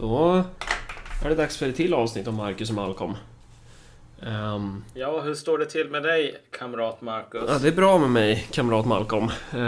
Då är det dags för ett till avsnitt om Marcus och Malcolm. Ja, hur står det till med dig, kamrat Marcus? Ja, det är bra med mig, kamrat Malcolm.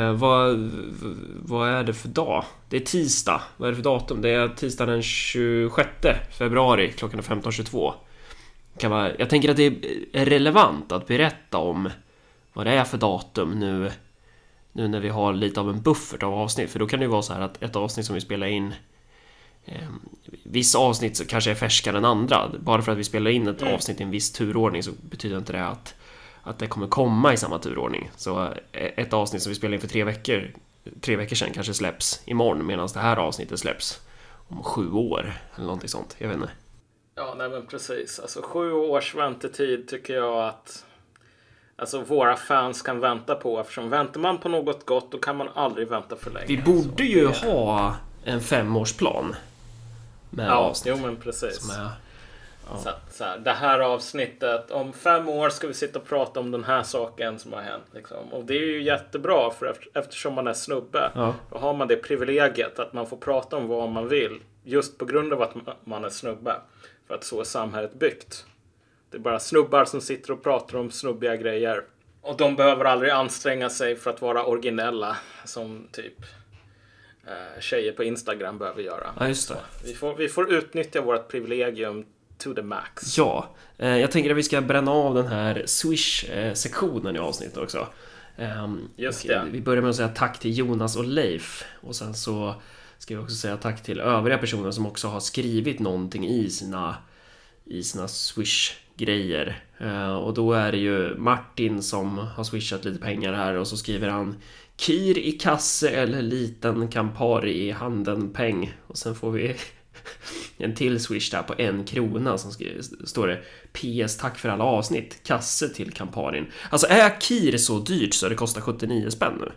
Vad är det för dag? Det är tisdag. Vad är det för datum? Det är tisdag den 26 februari klockan 15.22. Jag tänker att det är relevant att berätta om vad det är för datum nu när vi har lite av en buffert av avsnitt. För då kan det ju vara så här att ett avsnitt som vi spelar in, vissa avsnitt kanske är färskare än andra. Bara för att vi spelar in ett avsnitt i en viss turordning så betyder inte det att det kommer komma i samma turordning. Så ett avsnitt som vi spelade in för 3 veckor sedan kanske släpps imorgon, medan det här avsnittet släpps om 7 år eller någonting sånt, jag vet inte. Ja, nej men precis. Alltså 7 års väntetid tycker jag att våra fans kan vänta på. Eftersom väntar man på något gott, då kan man aldrig vänta för länge. Vi borde ju ha en 5-årsplan med avsnitt. Jo men precis. Så här, det här avsnittet, om 5 år ska vi sitta och prata om den här saken som har hänt liksom. Och det är ju jättebra, för eftersom man är snubbe, då har man det privilegiet att man får prata om vad man vill, just på grund av att man är snubbe. För att så är samhället byggt. Det är bara snubbar som sitter och pratar om snubbiga grejer. Och de behöver aldrig anstränga sig för att vara originella, som typ tjejer på Instagram behöver göra. Ja, just det. Vi får utnyttja vårt privilegium to the max. Ja, jag tänker att vi ska bränna av den här Swish-sektionen i avsnittet också. Just det. Vi börjar med att säga tack till Jonas och Leif. Och sen så ska vi också säga tack till övriga personer som också har skrivit någonting i sina Swish-grejer. Och då är det ju Martin som har swishat lite pengar här. Och så skriver han: Kir i kasse eller liten Campari i handen peng. Och sen får vi en till swish där på 1 krona som står det: PS, tack för alla avsnitt, kasse till Camparin. Alltså är Kir så dyrt så det kostar 79 spänn nu?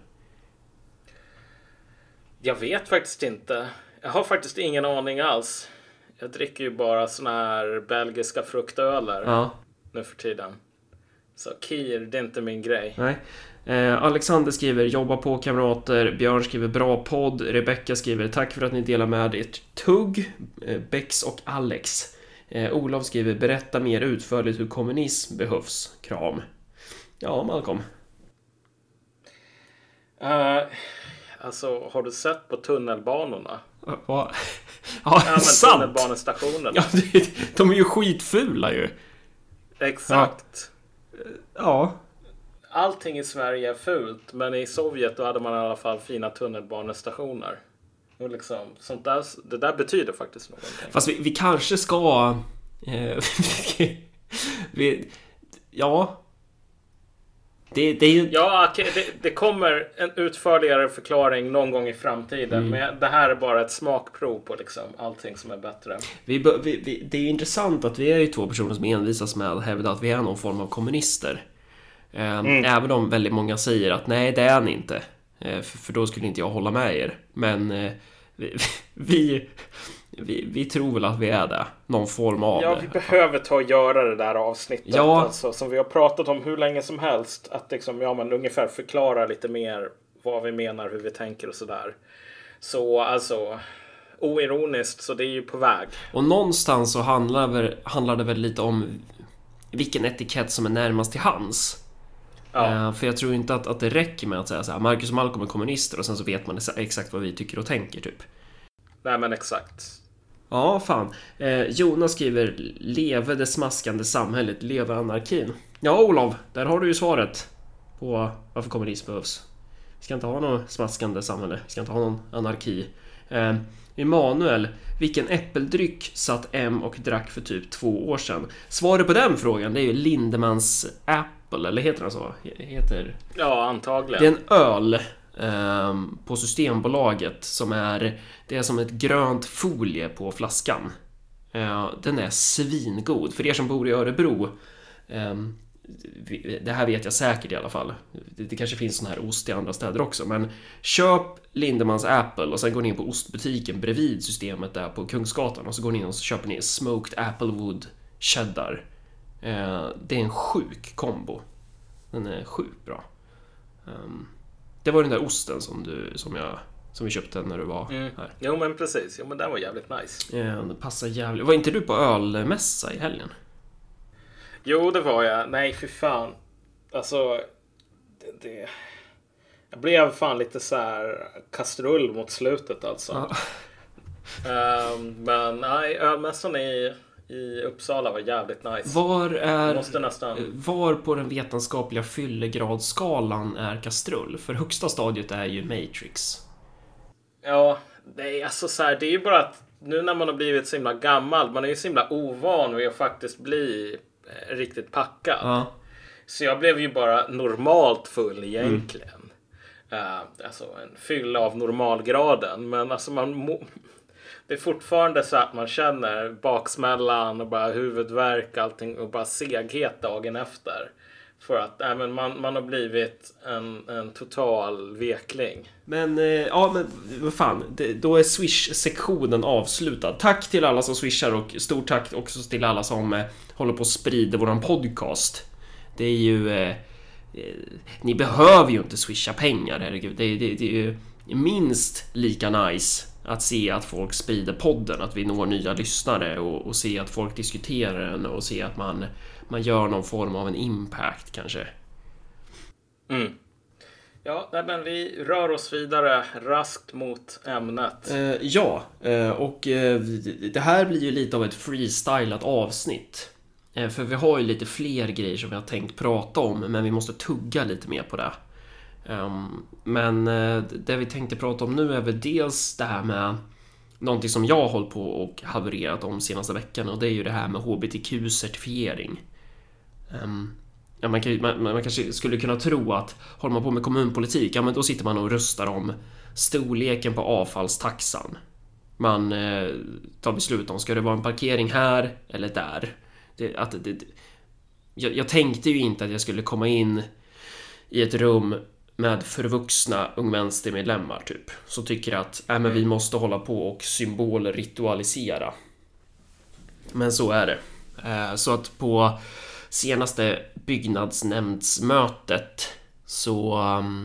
Jag vet faktiskt inte. Jag har faktiskt ingen aning alls. Jag dricker ju bara såna här belgiska fruktöler nu för tiden. Så Kir, det är inte min grej. Nej. Alexander skriver: jobba på kamrater. Björn skriver: bra podd. Rebecca skriver: tack för att ni delar med ert tugg. Bex och Alex. Olof skriver: berätta mer utförligt hur kommunism behövs. Kram. Ja, Malcolm. Alltså, har du sett på tunnelbanorna? Ja, men sant. Tunnelbanestationerna. Ja, de är ju skitfula ju. Exakt. Ja. Allting i Sverige är fult, men i Sovjet då hade man i alla fall fina tunnelbanestationer. Och liksom, det där betyder faktiskt någonting. Fast vi kanske ska... ja... Det är ju... Ja, det kommer en utförligare förklaring någon gång i framtiden. Men det här är bara ett smakprov på liksom allting som är bättre. Det är intressant att vi är ju 2 personer som envisas med att hävda att vi är någon form av kommunister. Även om väldigt många säger att nej, det är ni inte. För då skulle inte jag hålla med er. Men vi tror väl att vi är det. Någon form av det. Ja, vi behöver ta och göra det där avsnittet. Ja. Alltså, som vi har pratat om hur länge som helst. Att liksom, man ungefär förklara lite mer vad vi menar, hur vi tänker och sådär. Så alltså, oironiskt, så det är ju på väg. Och någonstans så handlar det väl lite om vilken etikett som är närmast till hands. Ja. För jag tror inte att det räcker med att säga så här: Marcus och Malcolm är kommunister, och sen så vet man exakt vad vi tycker och tänker typ. Nej, men exakt. Ja, fan. Jonas skriver: leve det smaskande samhället, leve anarkin. Ja, Olof, där har du ju svaret på varför kommunism behövs. Vi ska inte ha något smaskande samhälle. Vi ska inte ha någon anarki. Emanuel: vilken äppeldryck satt M och drack för typ 2 år sedan? Svaret på den frågan, det är ju Lindemans Apple, eller heter den så? Ja, antagligen. Det är en öl på Systembolaget som det är som ett grönt folie på flaskan. Den är svingod. För er som bor i Örebro, det här vet jag säkert i alla fall. Det kanske finns sån här ost i andra städer också, men köp Lindemans Apple och sen går ni in på ostbutiken bredvid Systemet där på Kungsgatan, och så går ni in och så köper ni Smoked Applewood Cheddar. Det är en sjuk kombo. Den är sjukt bra. Det var den där osten som som vi köpte när du var här. Jo men precis, men den var jävligt nice. Ja, det passar jävligt. Var inte du på ölmässa i helgen? Jo, det var jag. Nej, för fan. Alltså, jag blev fan lite så här kastrull mot slutet alltså. Men nej, ölmässan i Uppsala var jävligt nice. Var på den vetenskapliga fyllegradsskalan är kastrull? För högsta stadiet är ju Matrix. Ja, det är alltså så här, det är ju bara att nu när man har blivit så himla gammal, man är ju så himla ovan vid att faktiskt bli riktigt packad. Så jag blev ju bara normalt full egentligen. Alltså en fylla av normalgraden. Men alltså det är fortfarande så att man känner baksmällan och bara huvudvärk allting och bara seghet dagen efter. För att man har blivit en total vekling. Men vad fan, då är Swish-sektionen avslutad. Tack till alla som swishar och stort tack också till alla som håller på att sprida våran podcast. Det är ju ni behöver ju inte swisha pengar, herregud. Det är ju minst lika nice att se att folk sprider podden, att vi når nya lyssnare och se att folk diskuterar den och se att man gör någon form av en impact kanske. Ja, men vi rör oss vidare raskt mot ämnet. Och det här blir ju lite av ett freestylat avsnitt. För vi har ju lite fler grejer som vi har tänkt prata om, men vi måste tugga lite mer på det. Men det vi tänkte prata om nu är väl dels det här med någonting som jag har hållit på och havererat om senaste veckan, och det är ju det här med HBTQ-certifiering. Man kanske skulle kunna tro att håller man på med kommunpolitik, ja men då sitter man och röstar om storleken på avfallstaxan. Man tar beslut om, ska det vara en parkering här eller där? Jag tänkte ju inte att jag skulle komma in i ett rum med förvuxna ungvänstermedlemmar typ, så tycker att men vi måste hålla på och symbolritualisera. Men så är det. Så att på senaste byggnadsnämndsmötet så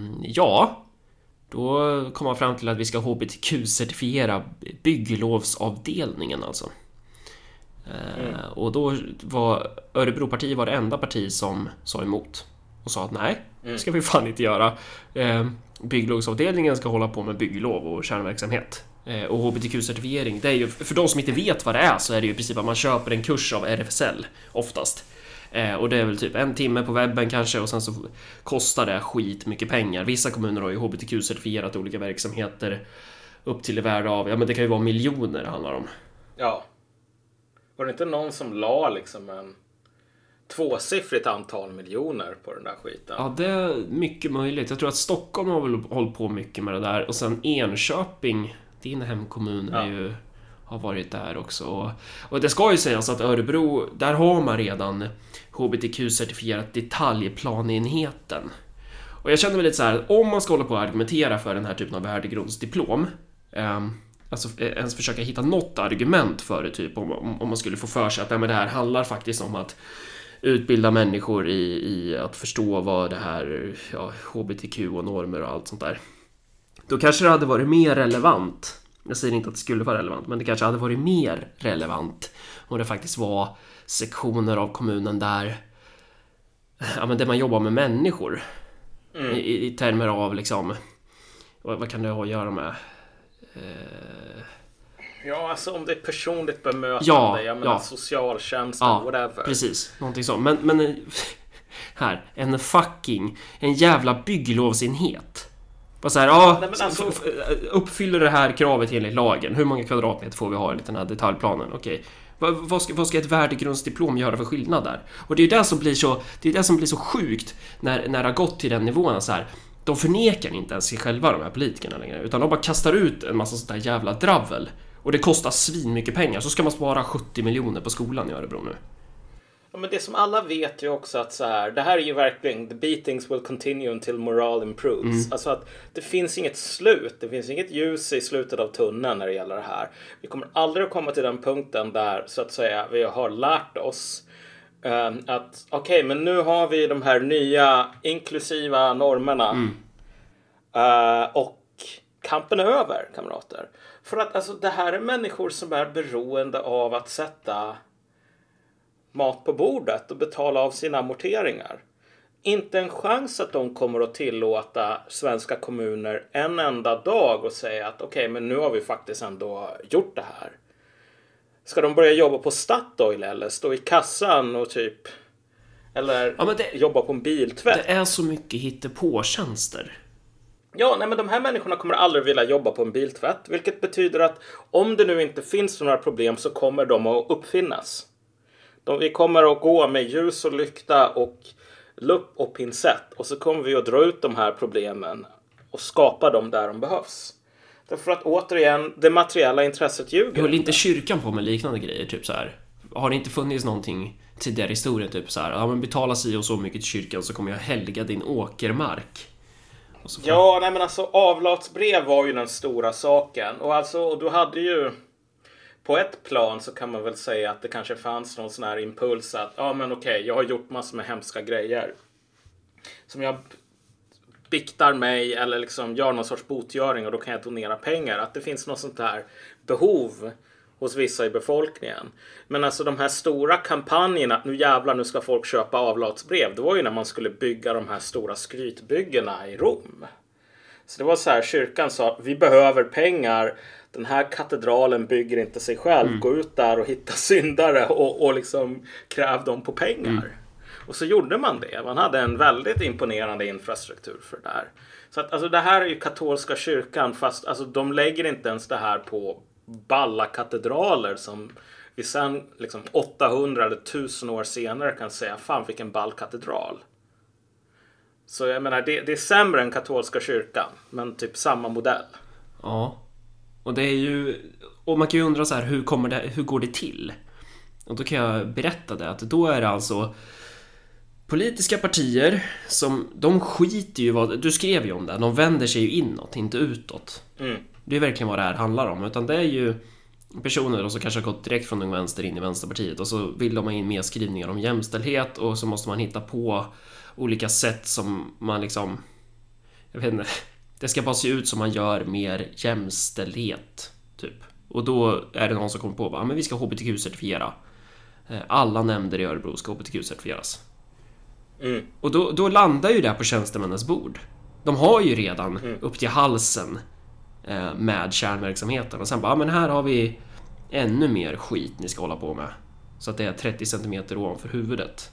då kom man fram till att vi ska HBTQ-certifiera bygglovsavdelningen alltså. Och då var Örebropartiet var det enda parti som sa emot och sa att nej, det ska vi fan inte göra. Bygglovsavdelningen ska hålla på med bygglov och kärnverksamhet. Och HBTQ-certifiering, det är ju, för de som inte vet vad det är, så är det ju i princip att man köper en kurs av RFSL oftast. Och det är väl typ 1 timme på webben kanske, och sen så kostar det skit mycket pengar. Vissa kommuner har ju HBTQ-certifierat olika verksamheter upp till det värde av, ja men det kan ju vara miljoner det handlar om. Ja. Var det inte någon som la liksom en 2-siffrigt antal miljoner på den där skiten? Ja, det är mycket möjligt. Jag tror att Stockholm har väl hållit på mycket med det där. Och sen Enköping, din hemkommun, har varit där också. Och det ska ju sägas att Örebro, där har man redan HBTQ-certifierat detaljplanenheten. Och jag känner väl lite så här, om man ska hålla på att argumentera för den här typen av värdegrundsdiplom, alltså ens försöka hitta något argument för det, typ om man skulle få för sig att men det här handlar faktiskt om att utbilda människor i att förstå vad det här, HBTQ och normer och allt sånt där. Då kanske det hade varit mer relevant. Jag säger inte att det skulle vara relevant, men det kanske hade varit mer relevant om det faktiskt var sektioner av kommunen där där man jobbar med människor. I termer av liksom, vad kan det ha att göra med? Ja, alltså om det är personligt bemötande, jag menar socialtjänsten, whatever. Precis, någonting så. Men här, en jävla bygglovsenhet. Bara så här, uppfyller det här kravet enligt lagen? Hur många kvadratmeter får vi ha i den här detaljplanen? Okej. Vad ska ett värdegrundsdiplom göra för skillnad där? Och det är ju det som blir så sjukt när det har gått till den nivån så här. De förnekar inte ens sig själva, de här politikerna längre, utan de bara kastar ut en massa sånt där jävla dravel. Och det kostar svin mycket pengar. Så ska man spara 70 miljoner på skolan i Örebro nu. Ja, men det som alla vet ju också att så här, det här är ju verkligen the beatings will continue until morale improves. Alltså att det finns inget slut. Det finns inget ljus i slutet av tunneln när det gäller det här. Vi kommer aldrig att komma till den punkten där så att säga vi har lärt oss att okej, men nu har vi de här nya inklusiva normerna. Och kampen är över, kamrater. För att alltså, det här är människor som är beroende av att sätta mat på bordet och betala av sina amorteringar. Inte en chans att de kommer att tillåta svenska kommuner en enda dag och säga att okej, men nu har vi faktiskt ändå gjort det här. Ska de börja jobba på Statoil eller stå i kassan och typ eller jobba på en biltvätt? Det är så mycket hittepåtjänster. Ja, nej, men de här människorna kommer aldrig vilja jobba på en biltvätt. Vilket betyder att om det nu inte finns några problem så kommer de att uppfinnas. Vi kommer att gå med ljus och lykta och lupp och pincett. Och så kommer vi att dra ut de här problemen och skapa dem där de behövs. Därför att återigen, det materiella intresset ljuger. Höll inte kyrkan på med liknande grejer? Typ så här. Har det inte funnits någonting tidigare i historien? Typ så här, ja men betala sig och så mycket till kyrkan så kommer jag helga din åkermark. Ja, nej men alltså avlatsbrev var ju den stora saken. Och du hade ju på ett plan så kan man väl säga att det kanske fanns någon sån här impuls att ja men okej, jag har gjort massor med hemska grejer som jag biktar mig eller liksom gör någon sorts botgöring och då kan jag donera pengar. Att det finns något sånt här behov hos vissa i befolkningen. Men alltså de här stora kampanjerna, nu ska folk köpa avlatsbrev. Det var ju när man skulle bygga de här stora skrytbyggena i Rom. Så det var så här, kyrkan sa, vi behöver pengar. Den här katedralen bygger inte sig själv. Gå ut där och hitta syndare och liksom kräv dem på pengar. Och så gjorde man det. Man hade en väldigt imponerande infrastruktur för det där. Så att alltså det här är ju katolska kyrkan, fast alltså de lägger inte ens det här på balla katedraler som vi sen liksom 800 eller 1000 år senare kan säga, fan vilken ball katedral. Så jag menar, det är sämre än katolska kyrkan, men typ samma modell. Ja. Och det är ju, och man kan ju undra så här, hur går det till? Och då kan jag berätta det, att då är det alltså politiska partier som, de skiter ju vad, du skrev ju om det, de vänder sig ju inåt, inte utåt. Det är verkligen vad det här handlar om, utan det är ju personer som kanske har gått direkt från Ung Vänster in i Vänsterpartiet och så vill de ha in mer skrivningar om jämställdhet och så måste man hitta på olika sätt som man liksom, jag vet inte, det ska bara se ut som man gör mer jämställdhet typ. Och då är det någon som kommer på att men vi ska HBTQ-certifiera. Alla nämnder i Örebro ska HBTQ-certifieras. Och då landar ju det på tjänstemännens bord. De har ju redan upp till halsen med kärnverksamheten. Och sen bara, men här har vi ännu mer skit ni ska hålla på med. Så att det är 30 centimeter ovanför huvudet.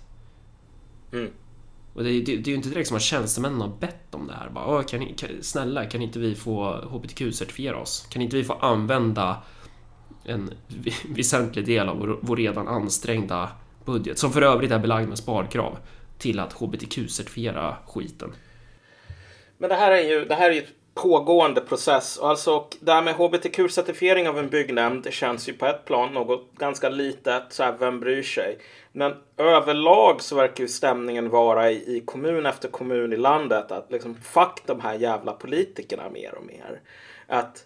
Och det är ju inte direkt som att tjänstemännen har bett om det här. Bara, snälla, kan inte vi få HBTQ-certifiera oss? Kan inte vi få använda en väsentlig del av vår redan ansträngda budget, som för övrigt är belagd med sparkrav, till att HBTQ-certifiera skiten? Men det här är ju ett pågående process. Alltså det här med HBTQ-certifiering av en byggnämnd, det känns ju på ett plan något ganska litet, så här, vem bryr sig? Men överlag så verkar ju stämningen vara i kommun efter kommun i landet att liksom fuck de här jävla politikerna mer och mer. Att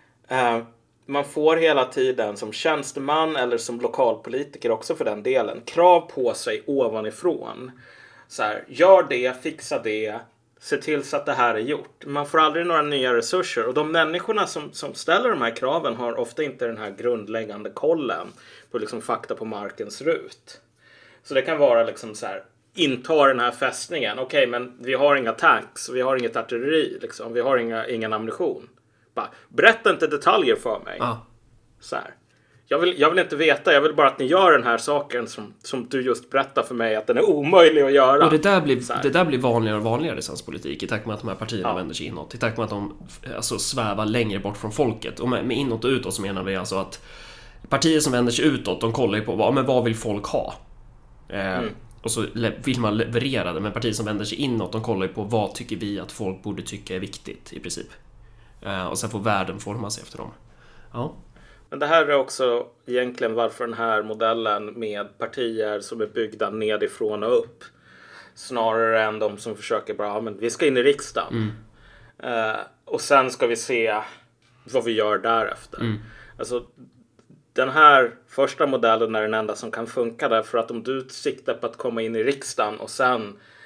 man får hela tiden som tjänsteman eller som lokalpolitiker också för den delen krav på sig ovanifrån. Så här, gör det, fixa det, se till så att det här är gjort. Man får aldrig några nya resurser. Och de människorna som ställer de här kraven har ofta inte den här grundläggande kollen på liksom fakta på markens rut. Så det kan vara liksom så här, inta den här fästningen. Okej, men vi har inga tanks, vi har inget artilleri, liksom. Vi har ingen ammunition. Bara, berätta inte detaljer för mig. Så här. Jag vill inte veta, jag vill bara att ni gör den här saken som du just berättar för mig att den är omöjlig att göra. Och det där blir vanligare och vanligare i svensk politik i takt med att de här partierna vänder sig inåt. I takt med att de alltså svävar längre bort från folket. Och med inåt och utåt så menar vi alltså att partier som vänder sig utåt, de kollar ju på vad vill folk ha? Och så vill man leverera det. Men partier som vänder sig inåt, de kollar ju på vad tycker vi att folk borde tycka är viktigt i princip. Och sen får världen forma sig efter dem. Ja. Men det här är också egentligen varför den här modellen med partier som är byggda nedifrån och upp, snarare än de som försöker bara, men vi ska in i riksdagen. Och sen ska vi se vad vi gör därefter. Alltså, den här första modellen är den enda som kan funka, därför att om du siktar på att komma in i riksdagen och sen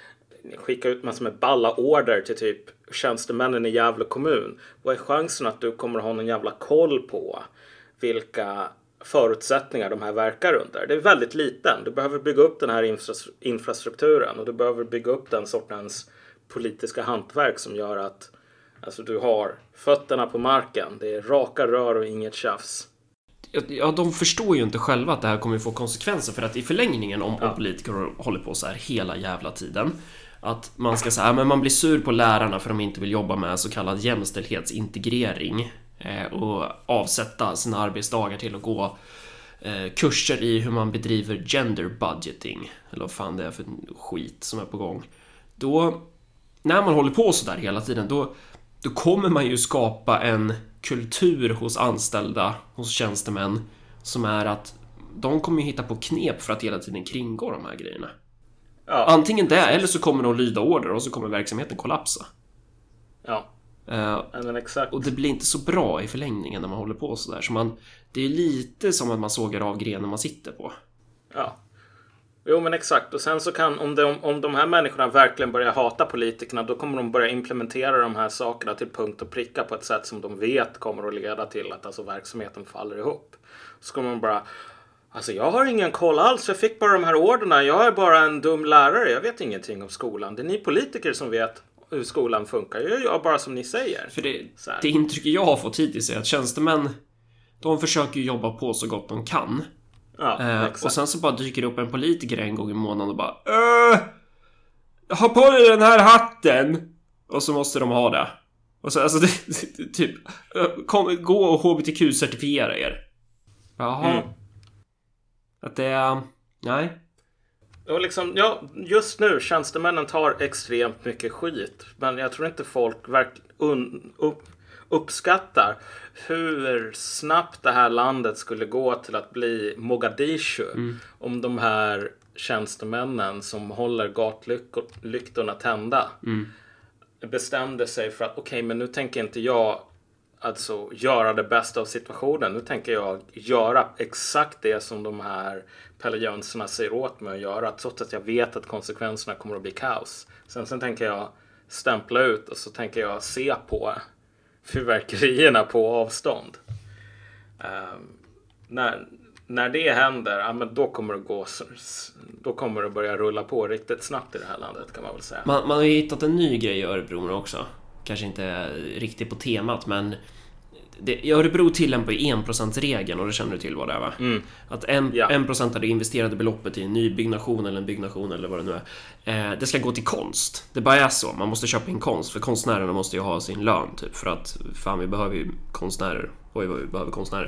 skicka ut massor med balla order till typ tjänstemännen i Gävle kommun. Vad är chansen att du kommer ha någon jävla koll på vilka förutsättningar de här verkar under? Det är väldigt liten. Du behöver bygga upp den här infrastrukturen och du behöver bygga upp den sortens politiska hantverk som gör att alltså, du har fötterna på marken. Det är raka rör och inget tjafs. Ja, de förstår ju inte själva att det här kommer få konsekvenser, för att i förlängningen om politiker håller på så här hela jävla tiden, att man ska säga, men man blir sur på lärarna för att de inte vill jobba med så kallad jämställdhetsintegrering och avsätta sina arbetsdagar till att gå kurser i hur man bedriver gender budgeting, eller vad fan det är för skit som är på gång. Då, när man håller på så där hela tiden, då kommer man ju skapa en kultur hos anställda, hos tjänstemän, som är att de kommer ju hitta på knep för att hela tiden kringgå de här grejerna. Ja. Antingen det, eller så kommer de lyda order och så kommer verksamheten kollapsa. Ja. Men exakt. Och det blir inte så bra i förlängningen när man håller på så där. Så det är lite som att man sågar av grenen man sitter på. Ja. Jo, men exakt. Och sen så kan, om de här människorna verkligen börjar hata politikerna, då kommer de börja implementera de här sakerna till punkt och pricka på ett sätt som de vet kommer att leda till att alltså verksamheten faller ihop. Så kommer man bara, alltså jag har ingen koll alls, jag fick bara de här orderna, jag är bara en dum lärare, jag vet ingenting om skolan. Det är ni politiker som vet hur skolan funkar, jag gör bara som ni säger. För det intryck jag har fått hittills är att tjänstemän, de försöker jobba på så gott de kan. Ja, och sen så bara dyker det upp en politiker en gång i månaden och bara ha på dig den här hatten, och så måste de ha det. Och så alltså typ gå och HBTQ-certifiera er. Jaha. Att det är nej. Och liksom, ja, just nu tjänstemännen tar extremt mycket skit, men jag tror inte folk verkligen uppskattar hur snabbt det här landet skulle gå till att bli Mogadishu om de här tjänstemännen som håller gatlyktorna tända bestämde sig för att okej, men nu tänker inte jag alltså göra det bästa av situationen. Nu tänker jag göra exakt det som de här Pelle Jönssona säger åt mig att göra, trots att jag vet att konsekvenserna kommer att bli kaos. Sen tänker jag stämpla ut och så tänker jag se på fyrverkerierna på avstånd. När det händer, ja, men då kommer det börja rulla på riktigt snabbt i det här landet, kan man väl säga. Man har ju hittat en ny grej i Örebro också. Kanske inte riktigt på temat, men i Örebro tillämpar ju 1%-regeln, och det känner du till vad det är, va? Att 1% av det investerade beloppet i en ny byggnation eller en byggnation eller vad det nu är, det ska gå till konst. Det bara är så, man måste köpa in konst, för konstnärerna måste ju ha sin lön typ, för att fan, vi behöver ju konstnärer. Oj, vad vi behöver konstnärer.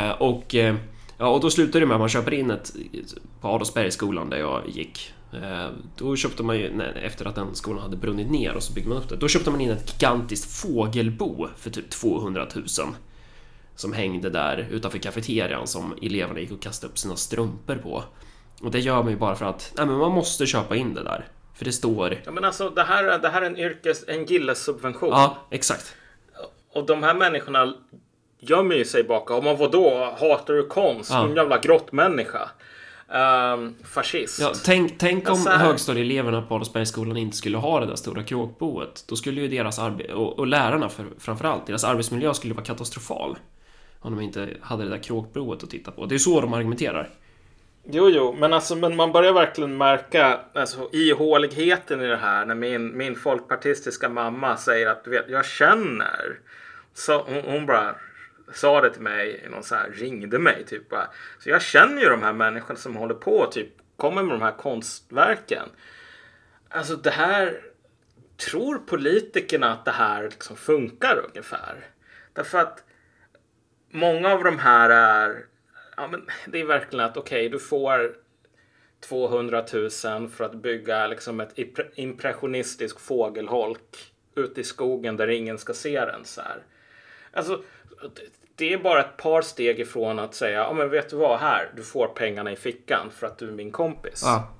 Och då slutar det med att man köper in på Adolfsbergsskolan där jag gick. Då köpte man ju, efter att den skolan hade brunnit ner och så byggde man upp det, då köpte man in ett gigantiskt fågelbo för typ 200 000 som hängde där utanför kafeterian, som eleverna gick och kastade upp sina strumpor på. Och det gör man ju bara för att men man måste köpa in det där, för det står... Ja, men alltså det här är en gillessubvention. Ja, exakt. Och de här människorna gömmer ju sig bakom, om vad då hatar du konst, en jävla grottmänniska. Fascist. Ja, tänk om högstadieeleverna på Adolfsbergsskolan inte skulle ha det där stora kråkboet. Då skulle ju deras och lärarna framförallt, deras arbetsmiljö skulle vara katastrofal om de inte hade det där kråkboet att titta på. Det är så de argumenterar. Jo, men man börjar verkligen märka alltså ihåligheten i det här när min folkpartistiska mamma säger att du vet, jag känner, så hon bara sa det till mig, någon så här ringde mig typ bara. Så jag känner ju de här människorna som håller på typ kommer med de här konstverken. Alltså det här, tror politikerna att det här liksom funkar ungefär? Därför att många av de här men det är verkligen att okej, du får 200 000 för att bygga liksom ett impressionistisk fågelholk ute i skogen där ingen ska se den så här. Alltså det är bara ett par steg ifrån att säga, men vet du vad, här, du får pengarna i fickan för att du är min kompis. Ja.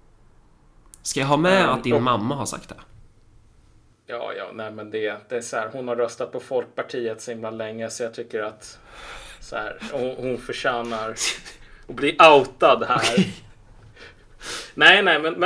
Ska jag ha med att din mamma har sagt det? Ja, nej men det är så här, hon har röstat på Folkpartiet så himla länge, så jag tycker att så här, hon förtjänar att bli outad här. Nej,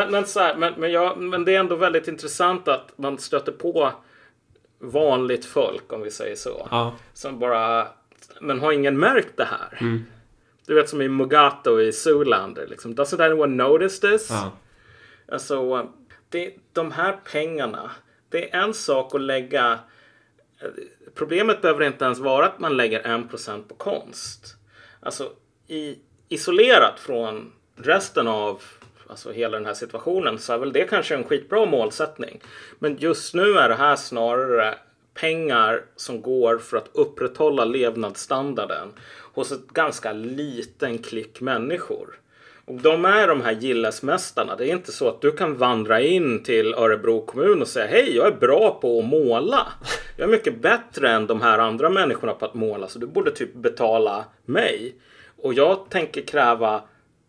men det är ändå väldigt intressant att man stöter på vanligt folk, om vi säger så. Ja. Som bara, men har ingen märkt det här? Du vet, som i Mugato i Zoolander. Liksom. Doesn't anyone notice this? Ja. Alltså, de här pengarna, det är en sak att lägga... Problemet behöver inte ens vara att man lägger 1% på konst. Alltså, isolerat från resten av hela den här situationen, så är väl det kanske en skitbra målsättning. Men just nu är det här snarare pengar som går för att upprätthålla levnadsstandarden hos ett ganska liten klick människor. Och de är de här gillesmästarna. Det är inte så att du kan vandra in till Örebro kommun och säga: hej, jag är bra på att måla. Jag är mycket bättre än de här andra människorna på att måla, så du borde typ betala mig. Och jag tänker kräva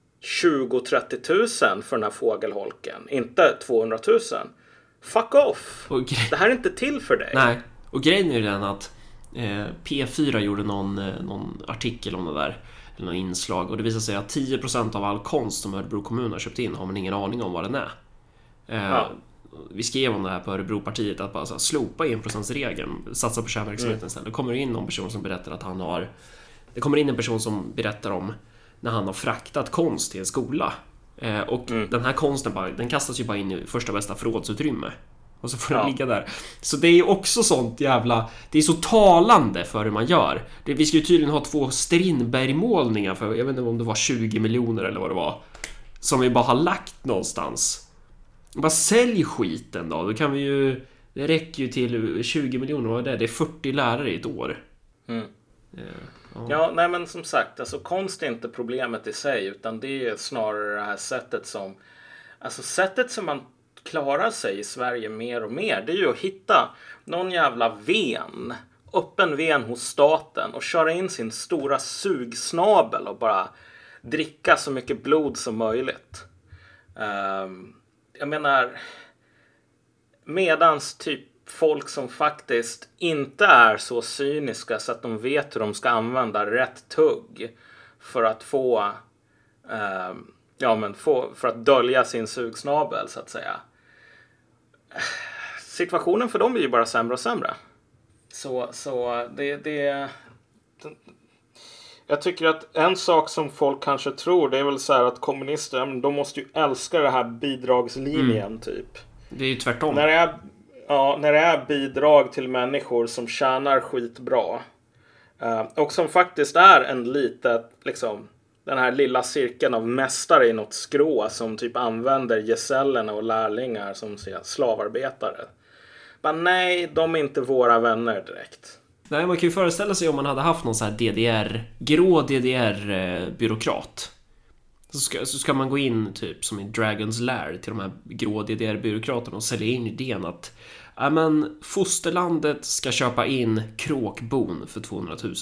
20-30 000 för den här fågelholken, inte 200 000. Fuck off! Det här är inte till för dig. Nej, och grejen är ju den att P4 gjorde någon artikel om det där, eller någon inslag, och det visar sig att 10% av all konst som Örebro kommun har köpt in har man ingen aning om vad den är. Vi skrev om det här på Örebropartiet, att bara slopa 1%-regeln, satsa på kärnverksamheten istället. Det kommer in någon person som berättar att det kommer in en person som berättar om när han har fraktat konst till en skola. Och den här konsten den kastas ju bara in i första bästa förrådsutrymme. Och så får den ligga där. Så det är ju också sånt jävla... Det är så talande för hur man gör. Vi ska ju tydligen ha 2 Strindberg-målningar för, jag vet inte om det var 20 miljoner eller vad det var, som vi bara har lagt någonstans. Bara sälj skiten då. Då kan vi ju... Det räcker ju till 20 miljoner. Vad är det? Det är 40 lärare i ett år. Ja, nej, men som sagt, alltså konst är inte problemet i sig, utan det är snarare det här sättet som man klarar sig i Sverige mer och mer. Det är ju att hitta någon jävla öppen ven hos staten och köra in sin stora sugsnabel och bara dricka så mycket blod som möjligt. Jag menar, medans typ folk som faktiskt inte är så cyniska så att de vet hur de ska använda rätt tugg för att för att dölja sin sugsnabel, så att säga. Situationen för dem är ju bara sämre och sämre. Så det jag tycker att en sak som folk kanske tror, det är väl så här att kommunister, de måste ju älska det här bidragslinjen typ. Det är ju tvärtom. När det är bidrag till människor som tjänar skitbra och som faktiskt är en litet, liksom, den här lilla cirkeln av mästare i något skrå som typ använder gesällerna och lärlingar som slavarbetare. Men nej, de är inte våra vänner direkt. Nej, man kan ju föreställa sig om man hade haft någon så här grå DDR-byråkrat. Så ska man gå in typ som i Dragon's Lair till de här grå DDR-byråkraterna och sälja in idén att fosterlandet ska köpa in kråkbon för 200 000.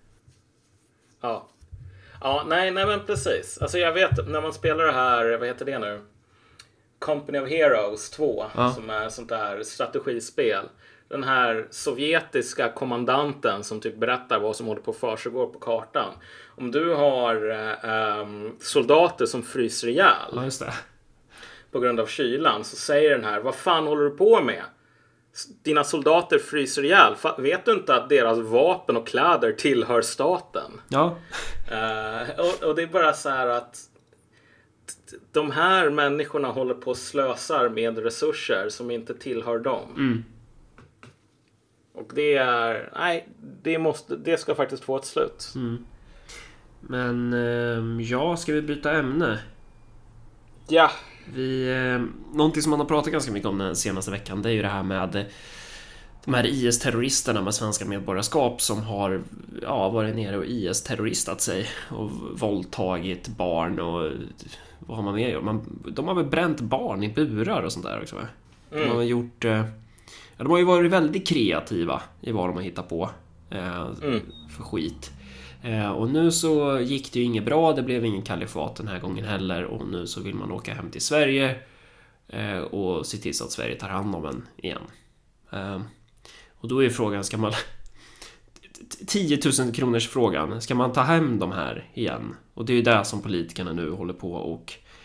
Ja, nej men precis. Alltså jag vet, när man spelar det här, vad heter det nu? Company of Heroes 2, som är sånt där strategispel. Den här sovjetiska kommandanten som typ berättar vad som håller på försiggår på kartan. Om du har soldater som fryser ihjäl just det, på grund av kylan, så säger den här: vad fan håller du på med? Dina soldater fryser ihjäl. Vet du inte att deras vapen och kläder tillhör staten? Ja. Och det är bara så här att de här människorna håller på och slösar med resurser som inte tillhör dem. Och det är... Nej, det ska faktiskt få ett slut. Men ska vi byta ämne? Ja. Någonting som man har pratat ganska mycket om den senaste veckan, det är ju det här med de här IS-terroristerna med svenska medborgarskap som har varit nere och IS-terroristat sig och våldtagit barn och vad har man mer gjort? De har väl bränt barn i burar och sånt där också, va? De har gjort... de har ju varit väldigt kreativa i vad de har hittat på för skit. Och nu så gick det ju inget bra. Det blev ingen kalifat den här gången heller. Och nu så vill man åka hem till Sverige och se till så att Sverige tar hand om en igen. Och då är frågan, ska man 10 000 kronors frågan, ska man ta hem de här igen? Och det är ju det som politikerna nu håller på och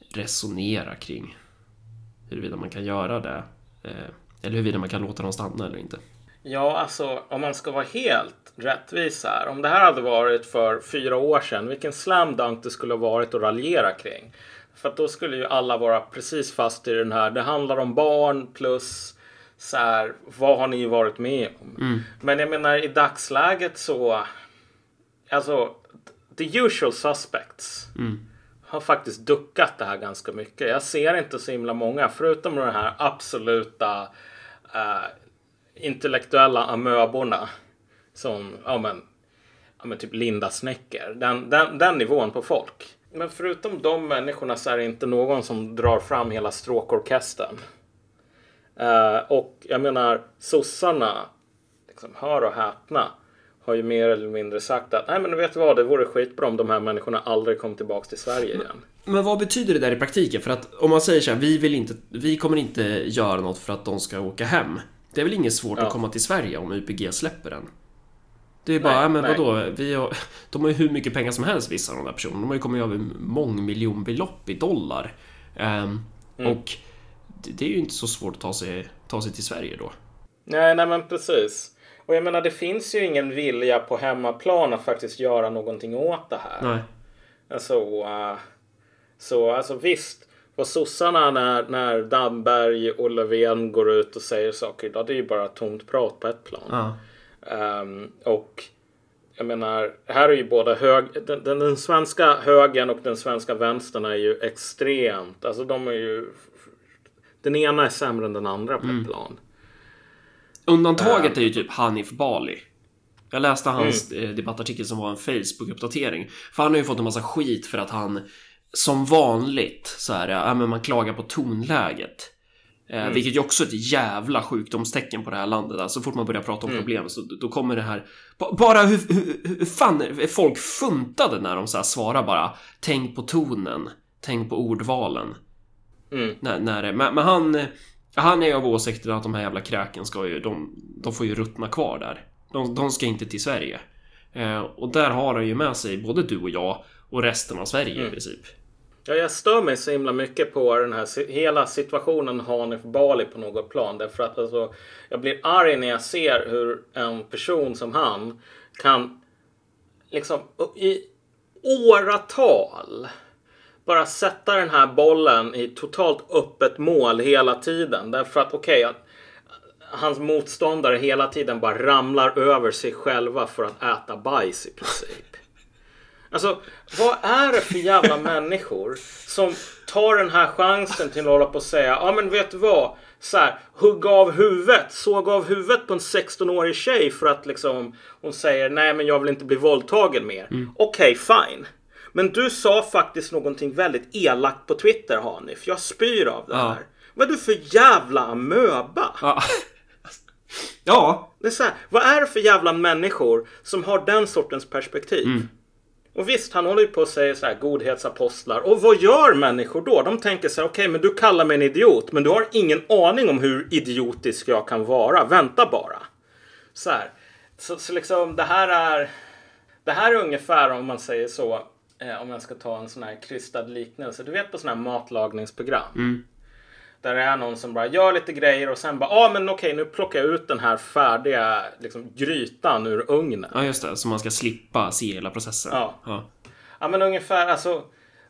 resonera kring huruvida man kan göra det. Eller huruvida man kan låta dem stanna eller inte. Ja, alltså om man ska vara helt rättvis här. Om det här hade varit för 4 år sedan, vilken slam dunk det skulle ha varit att raljera kring. För att då skulle ju alla vara precis fast i den här. Det handlar om barn plus så här, vad har ni varit med om? Men jag menar i dagsläget så, alltså the usual suspects har faktiskt duckat det här ganska mycket. Jag ser inte så himla många, förutom de här absoluta intellektuella amöborna som, ja men typ Linda Snecker. Den nivån på folk. Men förutom de människorna så är det inte någon som drar fram hela stråkorkestern. Och jag menar, sossarna, liksom, hör och häpna, har ju mer eller mindre sagt att nej men vet du vad, det vore skitbra om de här människorna aldrig kom tillbaka till Sverige igen. Men vad betyder det där i praktiken? För att om man säger så här, vi kommer inte göra något för att de ska åka hem. Det är väl inget svårt att komma till Sverige om UPG släpper den. Det är bara, men vadå? De har ju hur mycket pengar som helst, vissa av de där personerna. De har ju kommit över mångmiljonbelopp i dollar. Och det är ju inte så svårt att ta sig till Sverige då. Nej men precis. Och jag menar, det finns ju ingen vilja på hemmaplan att faktiskt göra någonting åt det här. Nej. Alltså visst, vad sossarna när Damberg och Löfven går ut och säger saker idag, det är ju bara tomt prat på ett plan. Och jag menar, här är ju båda den svenska högern och den svenska vänstern är ju extremt, alltså de är ju, den ena är sämre än den andra på ett plan. Undantaget är ju typ Hanif Bali. Jag läste hans debattartikel som var en Facebook-uppdatering. För han har ju fått en massa skit för att han som vanligt så här, men man klagar på tonläget. Vilket ju också är ett jävla sjukdomstecken på det här landet. Alltså, så fort man börjar prata om problem så då kommer det här. Bara hur fan är folk funtade när de så här svarar bara tänk på tonen, tänk på ordvalen. Men han är av åsikten att de här jävla kräken ska ju de får ju ruttna kvar där. De ska inte till Sverige. Och där har han ju med sig både du och jag och resten av Sverige i princip. Ja, jag stör mig så himla mycket på den här hela situationen Hanif Bali på något plan. Därför att alltså, jag blir arg när jag ser hur en person som han kan liksom i åratal bara sätta den här bollen i totalt öppet mål hela tiden. Därför att hans motståndare hela tiden bara ramlar över sig själva för att äta bajs i princip. Alltså, vad är det för jävla människor som tar den här chansen till att hålla på och säga, ja men vet du vad, så här, såg av huvudet på en 16-årig tjej för att liksom hon säger, nej men jag vill inte bli våldtagen mer. Okej, fine. Men du sa faktiskt någonting väldigt elakt på Twitter, Hanif. Jag spyr av det här. Vad är du för jävla amöba? Ja. Det är så här, vad är det för jävla människor som har den sortens perspektiv? Och visst, han håller ju på att säga så här, godhetsapostlar. Och vad gör människor då? De tänker så här, okej, men du kallar mig en idiot. Men du har ingen aning om hur idiotisk jag kan vara. Vänta bara. Så här. Så liksom, det här är ungefär, om man säger så, om jag ska ta en sån här krystad liknelse. Du vet på sån här matlagningsprogram. Där det är någon som bara gör lite grejer och sen bara, men okej, nu plockar jag ut den här färdiga liksom, grytan ur ugnen. Ja, just det. Så man ska slippa se hela processen. Ja, men ungefär, alltså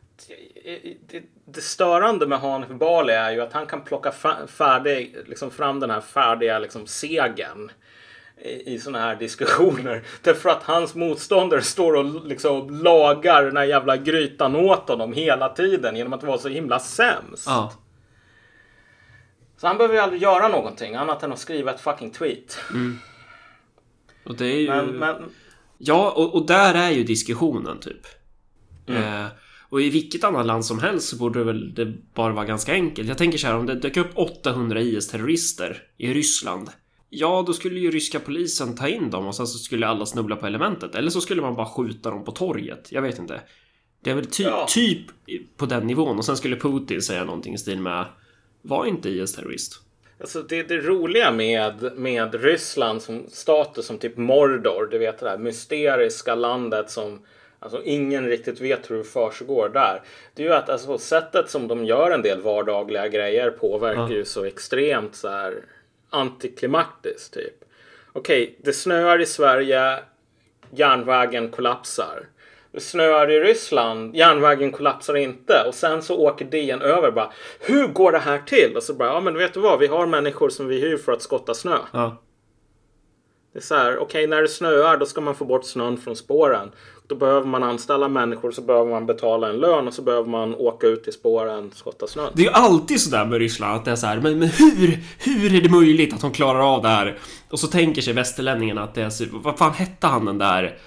det störande med Hanif Bali är ju att han kan plocka fram den här färdiga liksom, segern i såna här diskussioner. Därför att hans motståndare står och liksom lagar den här jävla grytan åt honom hela tiden genom att vara så himla sämst. Så han behöver ju aldrig göra någonting annat än att skriva ett fucking tweet. Och det är ju... Ja, och där är ju diskussionen typ. Och i vilket annat land som helst så borde det bara vara ganska enkelt. Jag tänker så här, om det dök upp 800 IS-terrorister i Ryssland, ja, då skulle ju ryska polisen ta in dem och sen så skulle alla snubbla på elementet. Eller så skulle man bara skjuta dem på torget. Jag vet inte. Det är väl typ på den nivån. Och sen skulle Putin säga någonting i stil med, var inte IS-terrorist. Alltså det roliga med Ryssland som status, som typ Mordor, du vet det där mysteriska landet som Alltså ingen riktigt vet hur det försiggår där. Det är ju att alltså, sättet som de gör en del vardagliga grejer påverkar ju så extremt så här antiklimaktiskt typ. Okej, det snöar i Sverige, järnvägen kollapsar. Det snöar i Ryssland, järnvägen kollapsar inte. Och sen så åker DN över bara, hur går det här till? Och så bara, ja men vet du vad, vi har människor som vi hyr för att skotta snö. Ja. Det är så här, okej, när det snöar då ska man få bort snön från spåren. Då behöver man anställa människor, så behöver man betala en lön och så behöver man åka ut i spåren och skotta snön. Det är ju alltid sådär med Ryssland att det är så här, men hur är det möjligt att de klarar av det här? Och så tänker sig västerlänningarna att det är så, vad fan hette han den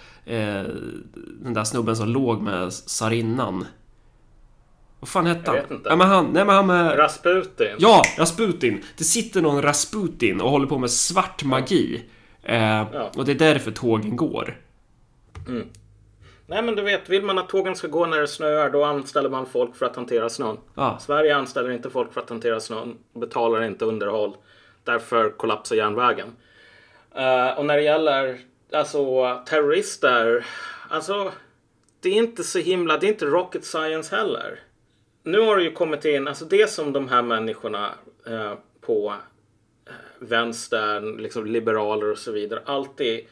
där snubben som låg med tsarinnan? Vad fan hette han? Jag vet inte. Ja, men han med... Rasputin. Ja, Rasputin. Det sitter någon Rasputin och håller på med svart magi. Och det är därför tågen går. Mm. Nej men du vet, vill man att tågen ska gå när det snöar, då anställer man folk för att hantera snön. Sverige anställer inte folk för att hantera snön, betalar inte underhåll. Därför kollapsar järnvägen. Och när det gäller alltså terrorister, alltså det är inte så himla, det är inte rocket science heller. Nu har det ju kommit in, alltså det som de här människorna på vänstern, liksom liberaler och så vidare, alltid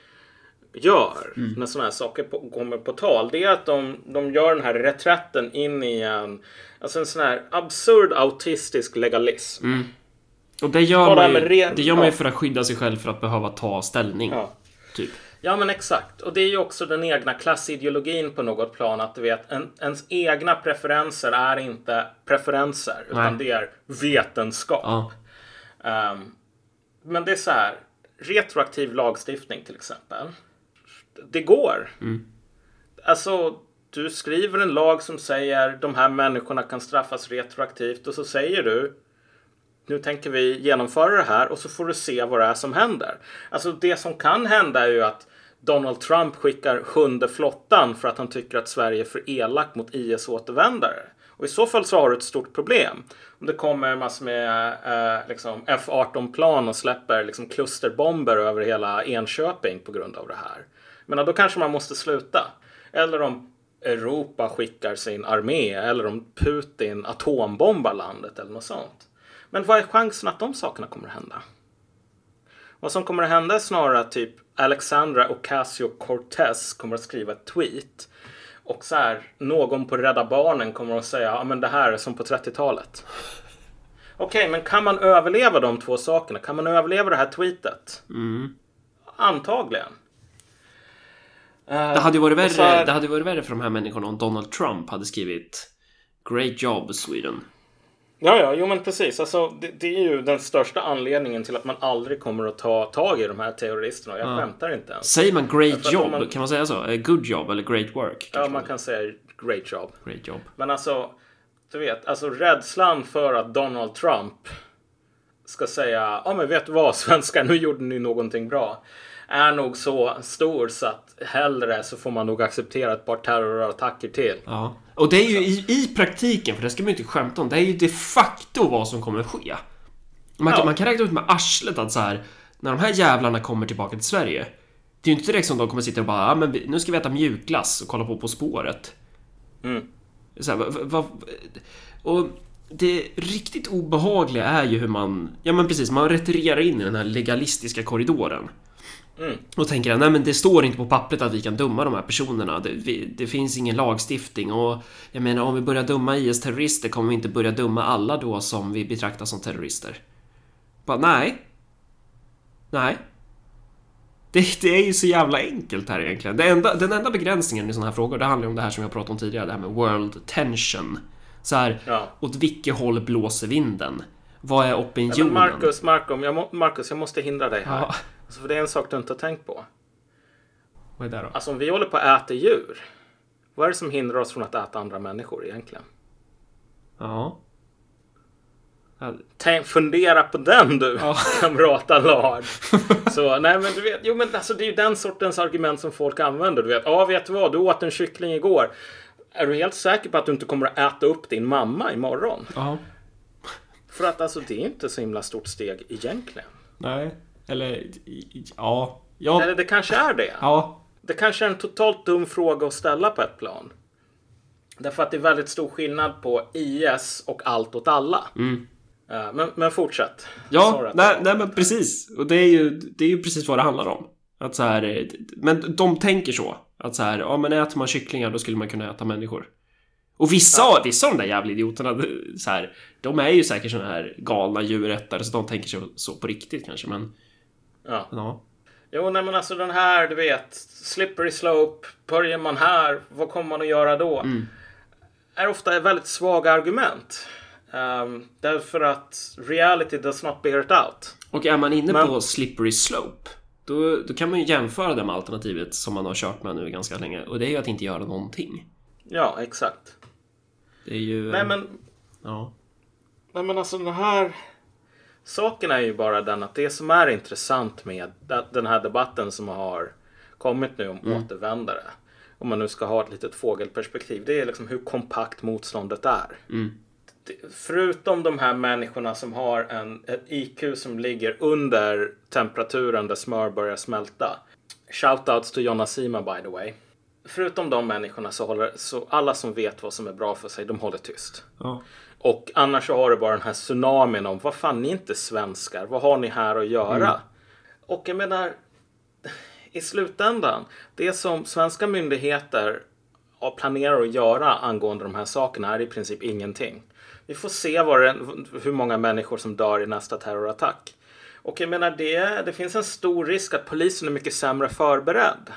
gör när sådana här saker kommer på tal, det är att de gör den här reträtten in i en sån här absurd autistisk legalism. Och det gör man ju för att skydda sig själv för att behöva ta ställning. Typ. Ja men exakt. Och det är ju också den egna klassideologin på något plan, att du vet, ens egna preferenser är inte preferenser, utan det är vetenskap. Men det är så här, retroaktiv lagstiftning till exempel. Det går. Alltså, du skriver en lag som säger de här människorna kan straffas retroaktivt, och så säger du, nu tänker vi genomföra det här, och så får du se vad det är som händer. Alltså det som kan hända är ju att Donald Trump skickar 7:e flottan för att han tycker att Sverige är för elak mot IS-återvändare. Och i så fall så har du ett stort problem. Om det kommer massor med liksom F-18-plan och släpper liksom klusterbomber över hela Enköping på grund av det här. Men då kanske man måste sluta. Eller om Europa skickar sin armé, eller om Putin atombombar landet eller något sånt. Men vad är chansen att de sakerna kommer att hända? Vad som kommer att hända är snarare att typ Alexandra Ocasio-Cortez kommer att skriva ett tweet. Och så här, någon på Rädda Barnen kommer att säga, ja men det här är som på 30-talet. Okej, men kan man överleva de två sakerna? Kan man överleva det här tweetet? Antagligen. Det hade ju varit värre för de här människorna om Donald Trump hade skrivit "Great job, Sweden". Ja, jo men precis. Alltså, det är ju den största anledningen till att man aldrig kommer att ta tag i de här terroristerna. Jag skämtar inte ens. Säger man great job? Kan man säga så? Good job eller great work? Ja, man kan säga great job. Great job. Men alltså, du vet, alltså rädslan för att Donald Trump ska säga, ja men vet du vad svenskar, nu gjorde ni någonting bra, är nog så stor så att hellre så får man nog acceptera ett par terrorattacker till. Ja. Och det är ju i praktiken, för det ska man ju inte skämta om, det är ju de facto vad som kommer att ske. Man kan räkna ut med arslet att så här, när de här jävlarna kommer tillbaka till Sverige, det är ju inte direkt som de kommer sitta och bara, men nu ska vi äta mjukglass och kolla på spåret. Så här, och det riktigt obehagliga är ju hur man, ja men precis, man retirerar in i den här legalistiska korridoren. Och tänker nej men det står inte på pappret att vi kan döma de här personerna. Det finns ingen lagstiftning. Och jag menar, om vi börjar döma IS-terrorister kommer vi inte börja döma alla då som vi betraktar som terrorister. Bara nej. Det är ju så jävla enkelt här egentligen. Den enda begränsningen i sådana här frågor, det handlar om det här som jag pratade om tidigare, det här med world tension. Så här, åt vilket håll blåser vinden? Vad är opinionen? Marcus, jag måste hindra dig här. Alltså, för det är en sak du inte har tänkt på. Vad är det då? Alltså om vi håller på att äta djur, vad är det som hindrar oss från att äta andra människor egentligen? Fundera på den du, kamrata Lard. Så, nej men du vet, jo men alltså det är ju den sortens argument som folk använder. Du vet, vet du vad, du åt en kyckling igår. Är du helt säker på att du inte kommer att äta upp din mamma imorgon? För att alltså det är inte så himla stort steg egentligen. Nej. Eller, Eller det kanske är det. det kanske är en totalt dum fråga att ställa på ett plan. Därför att det är väldigt stor skillnad på IS och allt åt alla. Men fortsätt. Ja, nej men precis. Och det är ju precis vad det handlar om. Att så här, men de tänker så. Att så här, ja men äter man kycklingar då skulle man kunna äta människor. Och vissa av de där jävla idioterna så här, de är ju säkert såna här galna djurättare, så de tänker så på riktigt kanske, men ja. Jo, nej men alltså den här, du vet, slippery slope, börjar man här, vad kommer man att göra då? Är ofta ett väldigt svaga argument. Därför att reality does not bear it out. Och är man inne på slippery slope, då kan man ju jämföra det med alternativet som man har kört med nu ganska länge. Och det är ju att inte göra någonting. Ja, exakt. Det är ju... Nej men alltså den här saken är ju bara den att det som är intressant med den här debatten som har kommit nu om återvändare, om man nu ska ha ett litet fågelperspektiv, det är liksom hur kompakt motståndet är. Förutom de här människorna som har ett IQ som ligger under temperaturen där smör börjar smälta. Shoutouts till Jonna Sima, by the way. Förutom de människorna så alla som vet vad som är bra för sig, de håller tyst. Ja. Och annars så har det bara den här tsunamin om, vad fan, ni är inte svenskar, vad har ni här att göra? Och jag menar, i slutändan, det som svenska myndigheter planerar att göra angående de här sakerna är i princip ingenting. Vi får se hur många människor som dör i nästa terrorattack. Och jag menar, det finns en stor risk att polisen är mycket sämre förberedd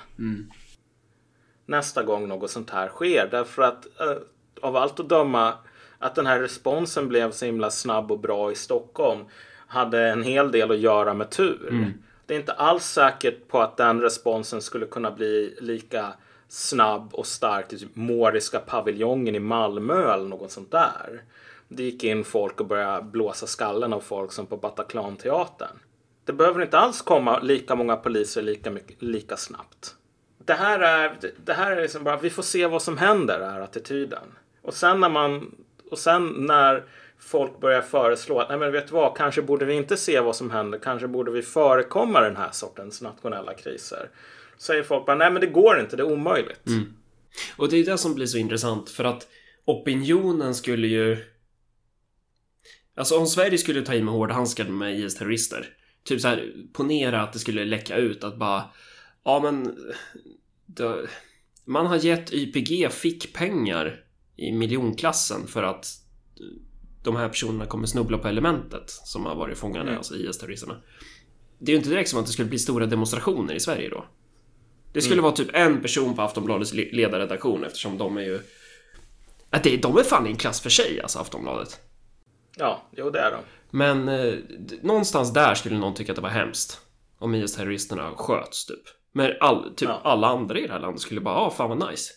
nästa gång något sånt här sker. Därför att av allt att döma att den här responsen blev så himla snabb och bra i Stockholm hade en hel del att göra med tur. Det är inte alls säkert på att den responsen skulle kunna bli lika snabb och stark i typ Moriska paviljongen i Malmö eller något sånt där. Det gick in folk och började blåsa skallen av folk som på Bataclan-teatern. Det behöver inte alls komma lika många poliser lika snabbt. Det här är liksom bara, vi får se vad som händer, är attityden. Och sen när folk börjar föreslå att, nej men vet du vad, kanske borde vi inte se vad som händer, kanske borde vi förekomma den här sortens nationella kriser. Säger folk bara, nej men det går inte, det är omöjligt. Och det är det som blir så intressant, för att opinionen skulle ju... Alltså om Sverige skulle ta i med hårdhandskar med IS-terrorister, typ så här, ponera att det skulle läcka ut att bara, ja men man har gett YPG fick pengar i miljonklassen för att de här personerna kommer snubbla på elementet som har varit fångade, alltså IS-terroristerna. Det är ju inte direkt som att det skulle bli stora demonstrationer i Sverige då. Det skulle vara typ en person på Aftonbladets ledarredaktion, eftersom de är ju... de är fan i en klass för sig, alltså Aftonbladet. Ja, jo det är de. Men någonstans där skulle någon tycka att det var hemskt om IS-terroristerna sköts typ. Men alla andra i det här landet skulle bara, fan vad nice.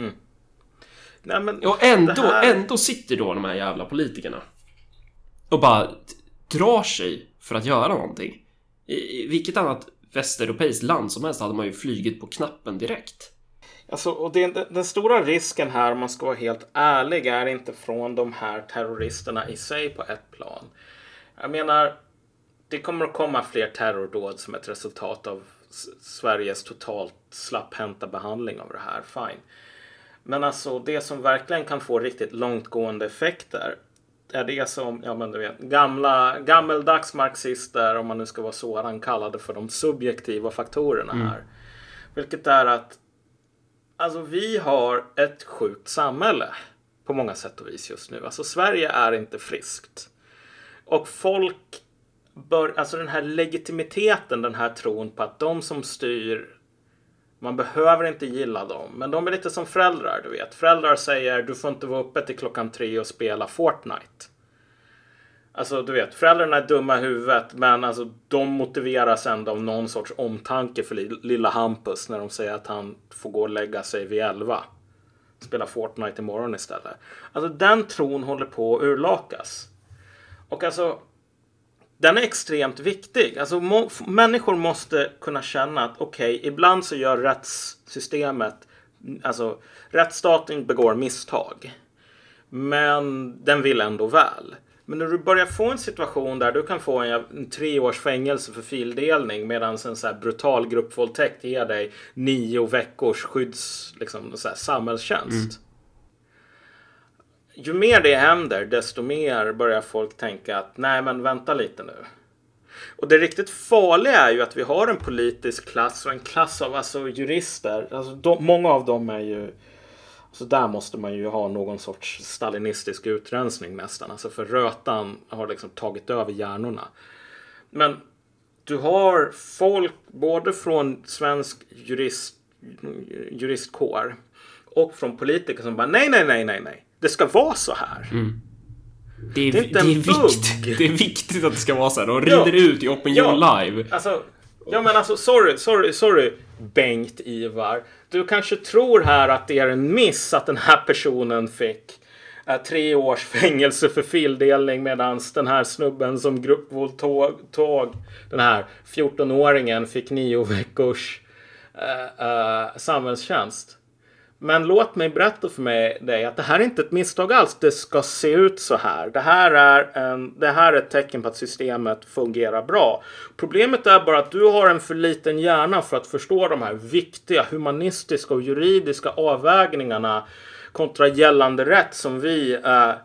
Nej, men och ändå sitter då de här jävla politikerna och bara drar sig för att göra någonting. I vilket annat västeuropeiskt land som helst hade man ju flygit på knappen direkt. Alltså, och den stora risken här, om man ska vara helt ärlig, är inte från de här terroristerna i sig på ett plan. Jag menar, det kommer att komma fler terrordåd som ett resultat av Sveriges totalt slapphänta behandling av det här, fine. Men alltså, det som verkligen kan få riktigt långtgående effekter är det som, ja men du vet, gammeldags marxister, om man nu ska vara sådan, kallade för de subjektiva faktorerna här. Vilket är att alltså vi har ett sjukt samhälle på många sätt och vis just nu. Alltså Sverige är inte friskt. Och folk alltså den här legitimiteten, den här tron på att de som styr, man behöver inte gilla dem, men de är lite som föräldrar, du vet. Föräldrar säger, du får inte vara uppe till 3:00 och spela Fortnite. Alltså du vet, föräldrarna är dumma i huvudet, men alltså de motiveras ändå av någon sorts omtanke för lilla Hampus när de säger att han får gå och lägga sig vid 11. Spela Fortnite imorgon istället. Alltså den tron håller på att urlakas. Och alltså, den är extremt viktig. Alltså människor måste kunna känna att okej, ibland så gör rättssystemet, alltså rättsstaten begår misstag. Men den vill ändå väl. Men när du börjar få en situation där du kan få en 3 års fängelse för fildelning medan en så här brutal gruppvåldtäkt ger dig 9 veckors samhällstjänst. Ju mer det händer, desto mer börjar folk tänka att nej, men vänta lite nu. Och det riktigt farliga är ju att vi har en politisk klass och en klass av jurister. Alltså många av dem är ju... Så där måste man ju ha någon sorts stalinistisk utrensning nästan. Alltså för rötan har liksom tagit över hjärnorna. Men du har folk både från svensk juristkår och från politiker som bara nej. Det ska vara så här. Det är viktigt att det ska vara så här. De rider ut i Opinion Live. Alltså, sorry Bengt Ivar. Du kanske tror här att det är en miss att den här personen fick 3 års fängelse för fildelning medan den här snubben som gruppvåldtog den här 14-åringen fick 9 veckors samhällstjänst. Men låt mig berätta för dig att det här är inte ett misstag alls. Det ska se ut så här. Det här är ett tecken på att systemet fungerar bra. Problemet är bara att du har en för liten hjärna för att förstå de här viktiga humanistiska och juridiska avvägningarna kontra gällande rätt som vi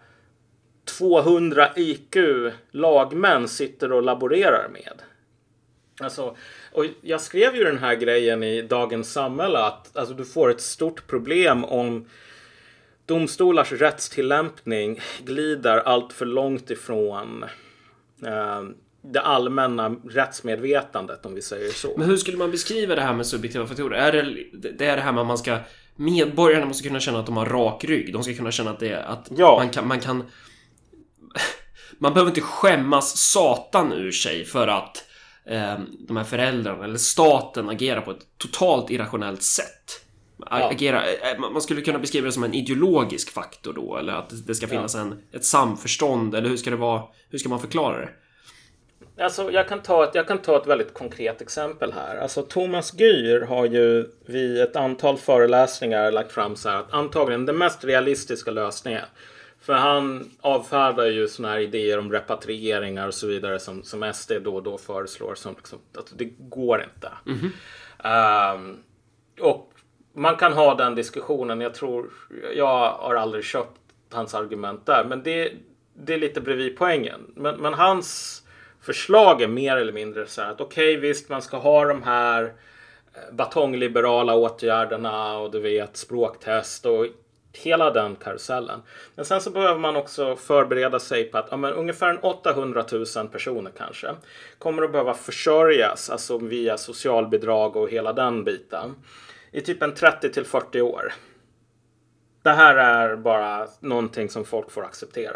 200 IQ lagmän sitter och laborerar med. Alltså, och jag skrev ju den här grejen i Dagens Samhälle att du får ett stort problem om domstolars rättstillämpning glider allt för långt ifrån det allmänna rättsmedvetandet, om vi säger så. Men hur skulle man beskriva det här med subjektiva faktorer? Är det här med att man ska... Medborgarna måste kunna känna att de har rak rygg. De ska kunna känna att det är... Att man kan... Man behöver inte skämmas satan ur sig för att de här föräldrarna eller staten agerar på ett totalt irrationellt sätt. Man skulle kunna beskriva det som en ideologisk faktor då, eller att det ska finnas ett samförstånd, eller hur ska det vara, hur ska man förklara det? Alltså, jag kan ta ett väldigt konkret exempel här. Alltså, Thomas Gür har ju vid ett antal föreläsningar lagt fram så här att antagligen den mest realistiska lösningen. För han avfärdar ju såna här idéer om repatrieringar och så vidare som SD då och då föreslår. Som liksom, att det går inte. Och man kan ha den diskussionen. Jag har aldrig köpt hans argument där. Men det är lite bredvid poängen. Men hans förslag är mer eller mindre så här att okej, visst, man ska ha de här batongliberala åtgärderna och du vet språktest och hela den karusellen. Men sen så behöver man också förbereda sig på att ungefär 800 000 personer kanske kommer att behöva försörjas, alltså via socialbidrag och hela den biten, i typ en 30-40 år. Det här är bara någonting som folk får acceptera.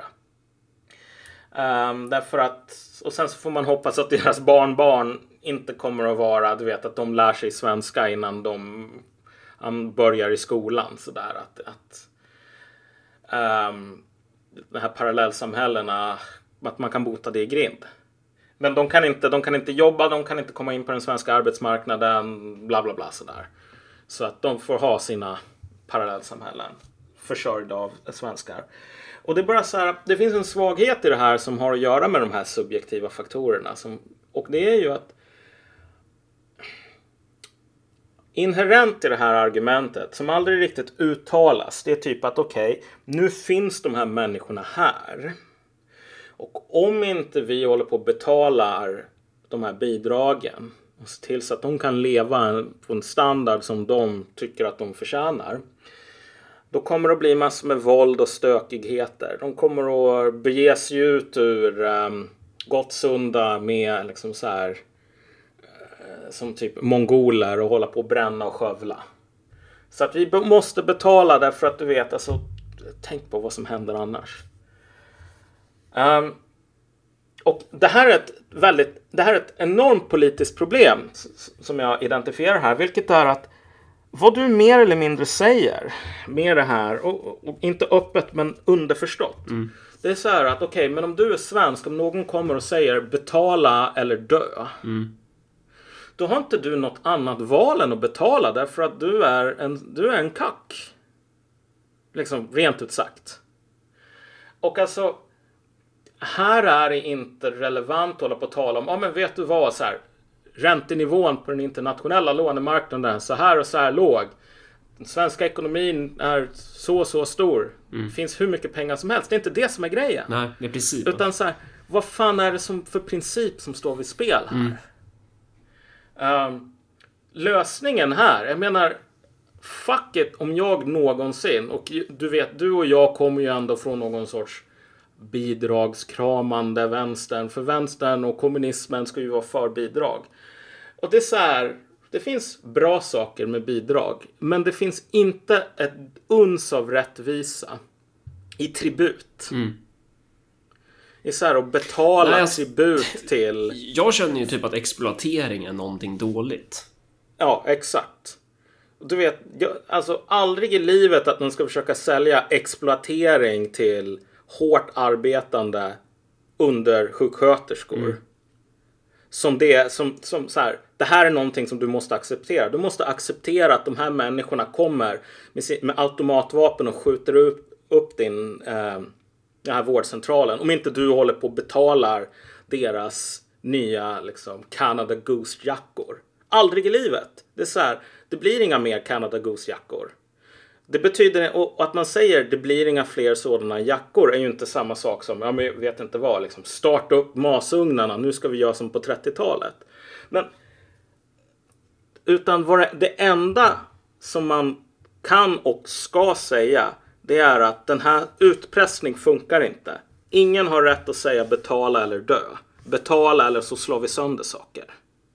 Därför att, och sen så får man hoppas att deras barnbarn inte kommer att vara, du vet, att de lär sig svenska innan de börjar i skolan, så där att de här parallellsamhällena, att man kan bota det i grind. Men de kan inte jobba, de kan inte komma in på den svenska arbetsmarknaden, bla bla bla, så där. Så att de får ha sina parallellsamhällen försörjda av svenskar. Och det är bara så här, det finns en svaghet i det här som har att göra med de här subjektiva faktorerna och det är ju att inherent i det här argumentet som aldrig riktigt uttalas, det är typ att okej, nu finns de här människorna här. Och om inte vi håller på att betala de här bidragen och se till så att de kan leva på en standard som de tycker att de förtjänar, då kommer det att bli massor med våld och stökigheter. De kommer att bege sig ut ur Gottsunda med liksom så här som typ mongoler och hålla på att bränna och skövla. Så att vi måste betala därför att du vet, alltså, tänk på vad som händer annars. Och det här är ett enormt politiskt problem som jag identifierar här, vilket är att vad du mer eller mindre säger med det här, och inte öppet men underförstått. Det är så här att okej, men om du är svensk, om någon kommer och säger betala eller dö, då har inte du något annat val än att betala, därför att du är en kack. Liksom rent ut sagt. Och alltså, här är det inte relevant att hålla på att tala om, men vet du vad, så här, räntenivån på den internationella lånemarknaden så här och så här låg. Den svenska ekonomin är så stor. Det finns hur mycket pengar som helst. Det är inte det som är grejen. Nej, det är principen. Utan så här, vad fan är det som för princip som står vid spel här? Lösningen här, jag menar, fuck it om jag någonsin, och du vet, du och jag kommer ju ändå från någon sorts bidragskramande vänstern. För vänstern och kommunismen ska ju vara för bidrag. Och det är så här, det finns bra saker med bidrag, men det finns inte ett uns av rättvisa i tribut. Det är så här att betala tribut till... Jag känner ju typ att exploatering är någonting dåligt. Ja, exakt. Du vet, alltså aldrig i livet att man ska försöka sälja exploatering till hårt arbetande undersjuksköterskor. Som så här, det här är någonting som du måste acceptera. Du måste acceptera att de här människorna kommer med automatvapen och skjuter upp den här vårdcentralen. Om inte du håller på och betalar deras nya liksom, Canada Goose-jackor. Aldrig i livet. Det är så här, det blir inga mer Canada Goose-jackor. Det betyder, och att man säger det blir inga fler sådana jackor är ju inte samma sak som, jag vet inte vad, liksom, starta upp masugnarna, nu ska vi göra som på 30-talet. Men utan det enda som man kan och ska säga, det är att den här utpressning funkar inte. Ingen har rätt att säga betala eller dö. Betala eller så slår vi sönder saker.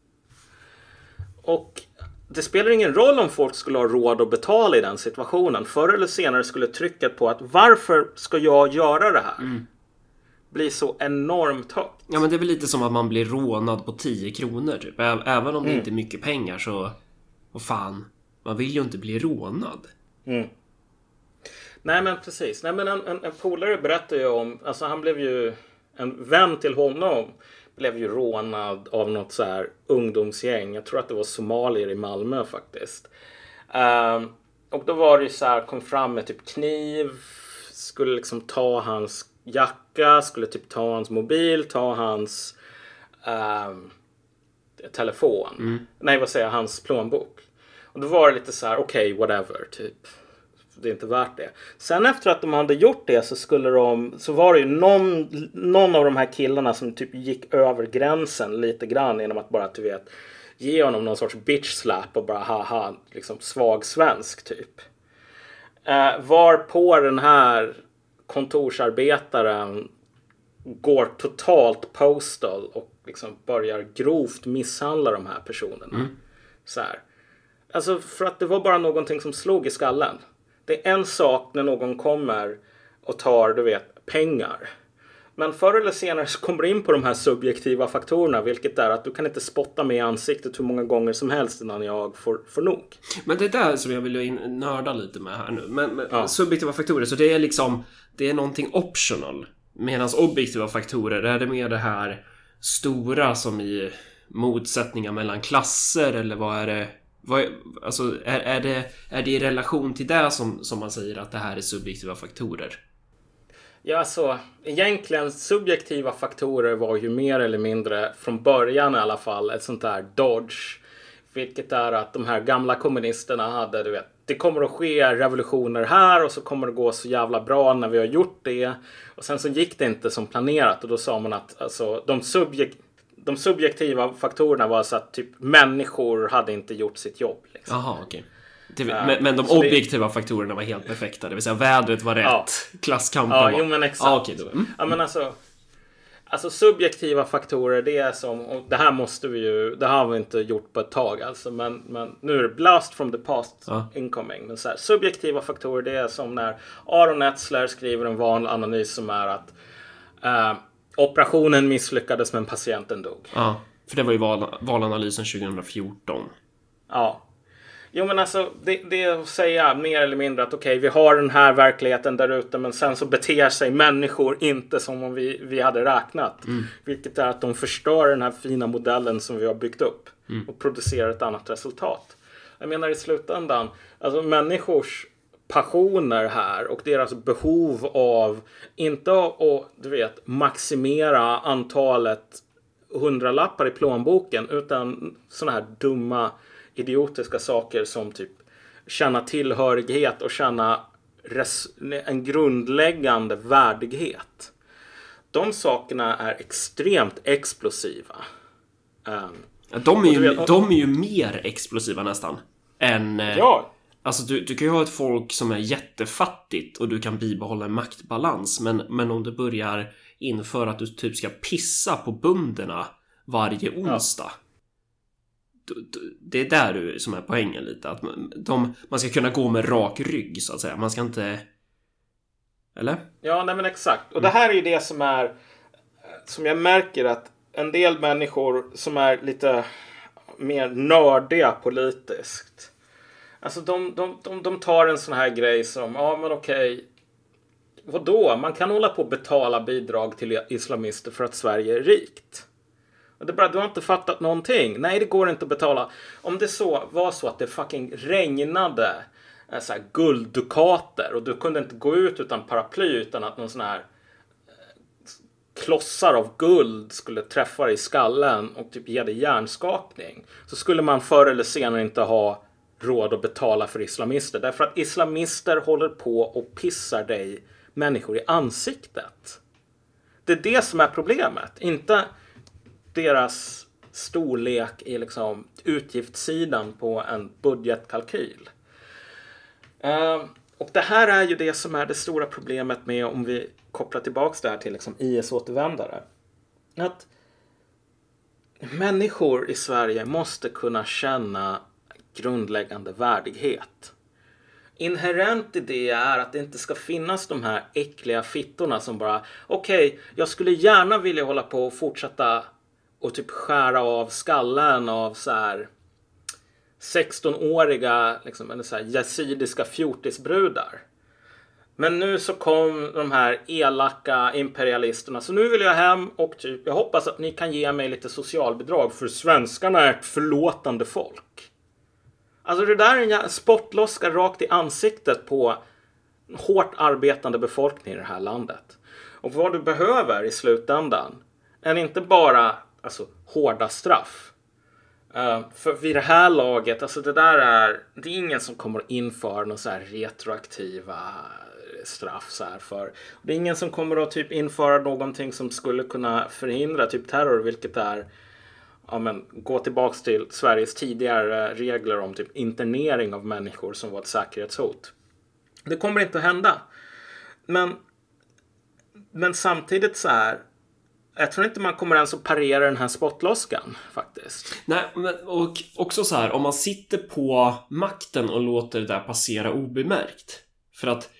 Och det spelar ingen roll om folk skulle ha råd att betala i den situationen. Förr eller senare skulle trycket på att varför ska jag göra det här bli så enormt högt. Ja, men det är väl lite som att man blir rånad på 10 kronor typ. Även om det inte är mycket pengar så... Vad fan, man vill ju inte bli rånad. Nej, men precis. Nej, men en polare berättade ju om... Alltså han blev ju... En vän till honom blev ju rånad av något så här ungdomsgäng. Jag tror att det var somalier i Malmö faktiskt. Och då var det ju så här, kom fram med typ kniv, skulle liksom ta hans jacka, skulle typ ta hans mobil, ta hans telefon. Nej, vad säger jag, hans plånbok. Och då var det lite så här, okej, whatever, typ. Det är inte värt det. Sen efter att de hade gjort det så var det ju någon av de här killarna som typ gick över gränsen lite grann genom att bara, du vet, ge honom någon sorts bitch slap och bara haha, liksom svag svensk typ. Var på den här kontorsarbetaren går totalt postal och liksom börjar grovt misshandla de här personerna. Så här. Alltså för att det var bara någonting som slog i skallen. Det är en sak när någon kommer och tar, du vet, pengar. Men förr eller senare så kommer du in på de här subjektiva faktorerna, vilket är att du kan inte spotta mig i ansiktet hur många gånger som helst innan jag får nog. Men det är där som jag vill nörda lite med här nu. Men subjektiva faktorer, så det är liksom, det är någonting optional. Medan objektiva faktorer är det mer det här stora som i motsättningar mellan klasser, eller vad är det? Alltså, är det i relation till det som man säger att det här är subjektiva faktorer? Ja, alltså egentligen subjektiva faktorer var ju mer eller mindre från början i alla fall ett sånt där dodge. Vilket är att de här gamla kommunisterna hade, du vet, det kommer att ske revolutioner här och så kommer det gå så jävla bra när vi har gjort det. Och sen så gick det inte som planerat och då sa man att alltså, de subjektiva faktorerna var så att typ människor hade inte gjort sitt jobb. Liksom. Jaha, okej. Men de objektiva faktorerna var helt perfekta. Det vill säga vädret var rätt. Klasskampen var... Jo, men exakt. Okej, då. Ja, men alltså subjektiva faktorer, det är som... Och det här måste vi ju... Det har vi inte gjort på ett tag alltså. Men nu är det blast from the past incoming. Men så här, subjektiva faktorer, det är som när Aron Etzler skriver en vanlig analys som är att... operationen misslyckades men patienten dog. Ja, för det var ju valanalysen 2014. Ja. Jo, men alltså det är att säga mer eller mindre att okej, vi har den här verkligheten där ute, men sen så beter sig människor inte som om vi hade räknat. Vilket är att de förstör den här fina modellen som vi har byggt upp och producerar ett annat resultat. Jag menar i slutändan, alltså människors passioner här och deras behov av inte att maximera antalet 100-lappar i plånboken, utan såna här dumma idiotiska saker som typ känna tillhörighet och känna en grundläggande värdighet. De sakerna är extremt explosiva. De är ju mer explosiva nästan än... Ja. Alltså du kan ju ha ett folk som är jättefattigt och du kan bibehålla en maktbalans, men om du börjar införa att du typ ska pissa på bönderna varje onsdag, det är där som är poängen lite, att man ska kunna gå med rak rygg så att säga, man ska inte, eller? Ja, nej men exakt, och det här är ju det som jag märker att en del människor som är lite mer nördiga politiskt, alltså de tar en sån här grej som, ja men okej, vadå? Man kan hålla på att betala bidrag till islamister för att Sverige är rikt. Och det är bara, du har inte fattat någonting. Nej, det går inte att betala. Om det var så att det fucking regnade så här gulddukater och du kunde inte gå ut utan paraply utan att någon sån här klossar av guld skulle träffa dig i skallen och typ ge dig hjärnskakning, så skulle man förr eller senare inte ha råd att betala för islamister. Därför att islamister håller på och pissar dig människor i ansiktet. Det är det som är problemet. Inte deras storlek i liksom utgiftssidan på en budgetkalkyl. Och det här är ju det som är det stora problemet med, om vi kopplar tillbaka det här till liksom IS-återvändare. Att människor i Sverige måste kunna känna grundläggande värdighet. Inherent i det är att det inte ska finnas de här äckliga fittorna som bara, okej, jag skulle gärna vilja hålla på och fortsätta och typ skära av skallen av så här 16-åriga liksom, eller så här yazidiska fjortisbrudar. Men nu så kom de här elaka imperialisterna, så nu vill jag hem och typ, jag hoppas att ni kan ge mig lite socialbidrag, för svenskarna är ett förlåtande folk. Alltså det där är en spottloska rakt i ansiktet på hårt arbetande befolkning i det här landet. Och vad du behöver i slutändan är inte bara alltså hårda straff. För vid det här laget, alltså det är ingen som kommer att införa några så här retroaktiva straff så här för. Det är ingen som kommer att typ införa någonting som skulle kunna förhindra typ terror, vilket är, ja men, gå tillbaks till Sveriges tidigare regler om typ internering av människor som var ett säkerhetshot. Det kommer inte att hända. Men samtidigt så här, jag tror inte man kommer ens att parera den här spottloskan faktiskt. Nej, och också så här, om man sitter på makten och låter det där passera obemärkt. För att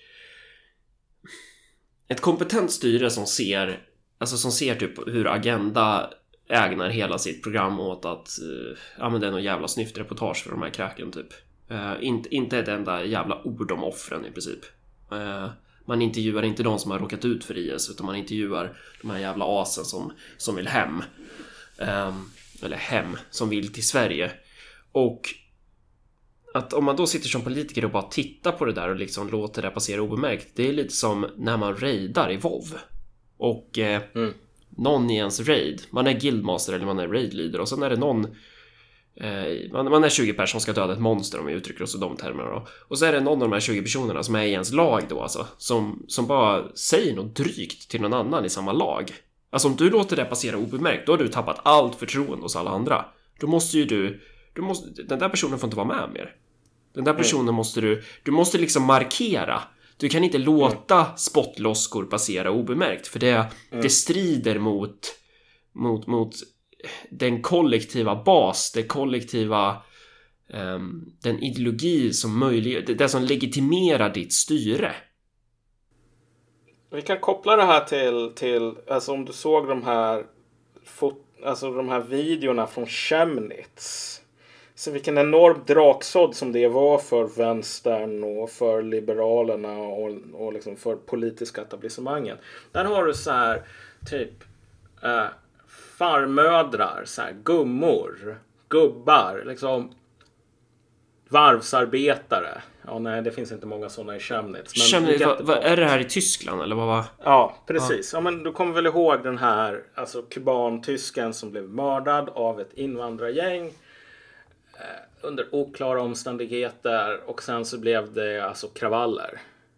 ett kompetent styre som ser typ hur Agenda ägnar hela sitt program åt att ja men det är någon jävla snyftreportage för de här kräken typ. Inte ett enda jävla ord om offren i princip. Man intervjuar inte de som har råkat ut för IS, utan man intervjuar de här jävla asen som vill hem. Eller hem, som vill till Sverige. Och att om man då sitter som politiker och bara tittar på det där och liksom låter det passera obemärkt, det är lite som när man raidar i WoW. Och någon i ens raid, man är guildmaster eller man är raidleader, och sen är det någon man är 20 personer som ska döda ett monster, om vi uttrycker oss i de termerna då. Och så är det någon av de här 20 personerna som är i ens lag då alltså, som bara säger något drygt till någon annan i samma lag. Alltså om du låter det passera obemärkt, då har du tappat allt förtroende hos alla andra. Då måste den där personen får inte vara med mer. Den där personen du måste liksom markera. Du kan inte låta spottloskor passera obemärkt, för det strider mot den kollektiva bas, det kollektiva den ideologi som möjliggör, det som legitimerar ditt styre. Vi kan koppla det här till alltså om du såg de här videorna från Chemnitz. Så vilken enorm draksådd som det var för vänstern och för liberalerna och liksom för politiska etablissemangen. Där har du så här typ farmödrar, så här gummor, gubbar, liksom varvsarbetare. Ja, nej, det finns inte många sådana i Chemnitz. Men är det här i Tyskland eller vad var? Ja, precis. Ja, men du kommer väl ihåg den här alltså kuban-tysken som blev mördad av ett invandrargäng under oklara omständigheter, och sen så blev det alltså kravaller.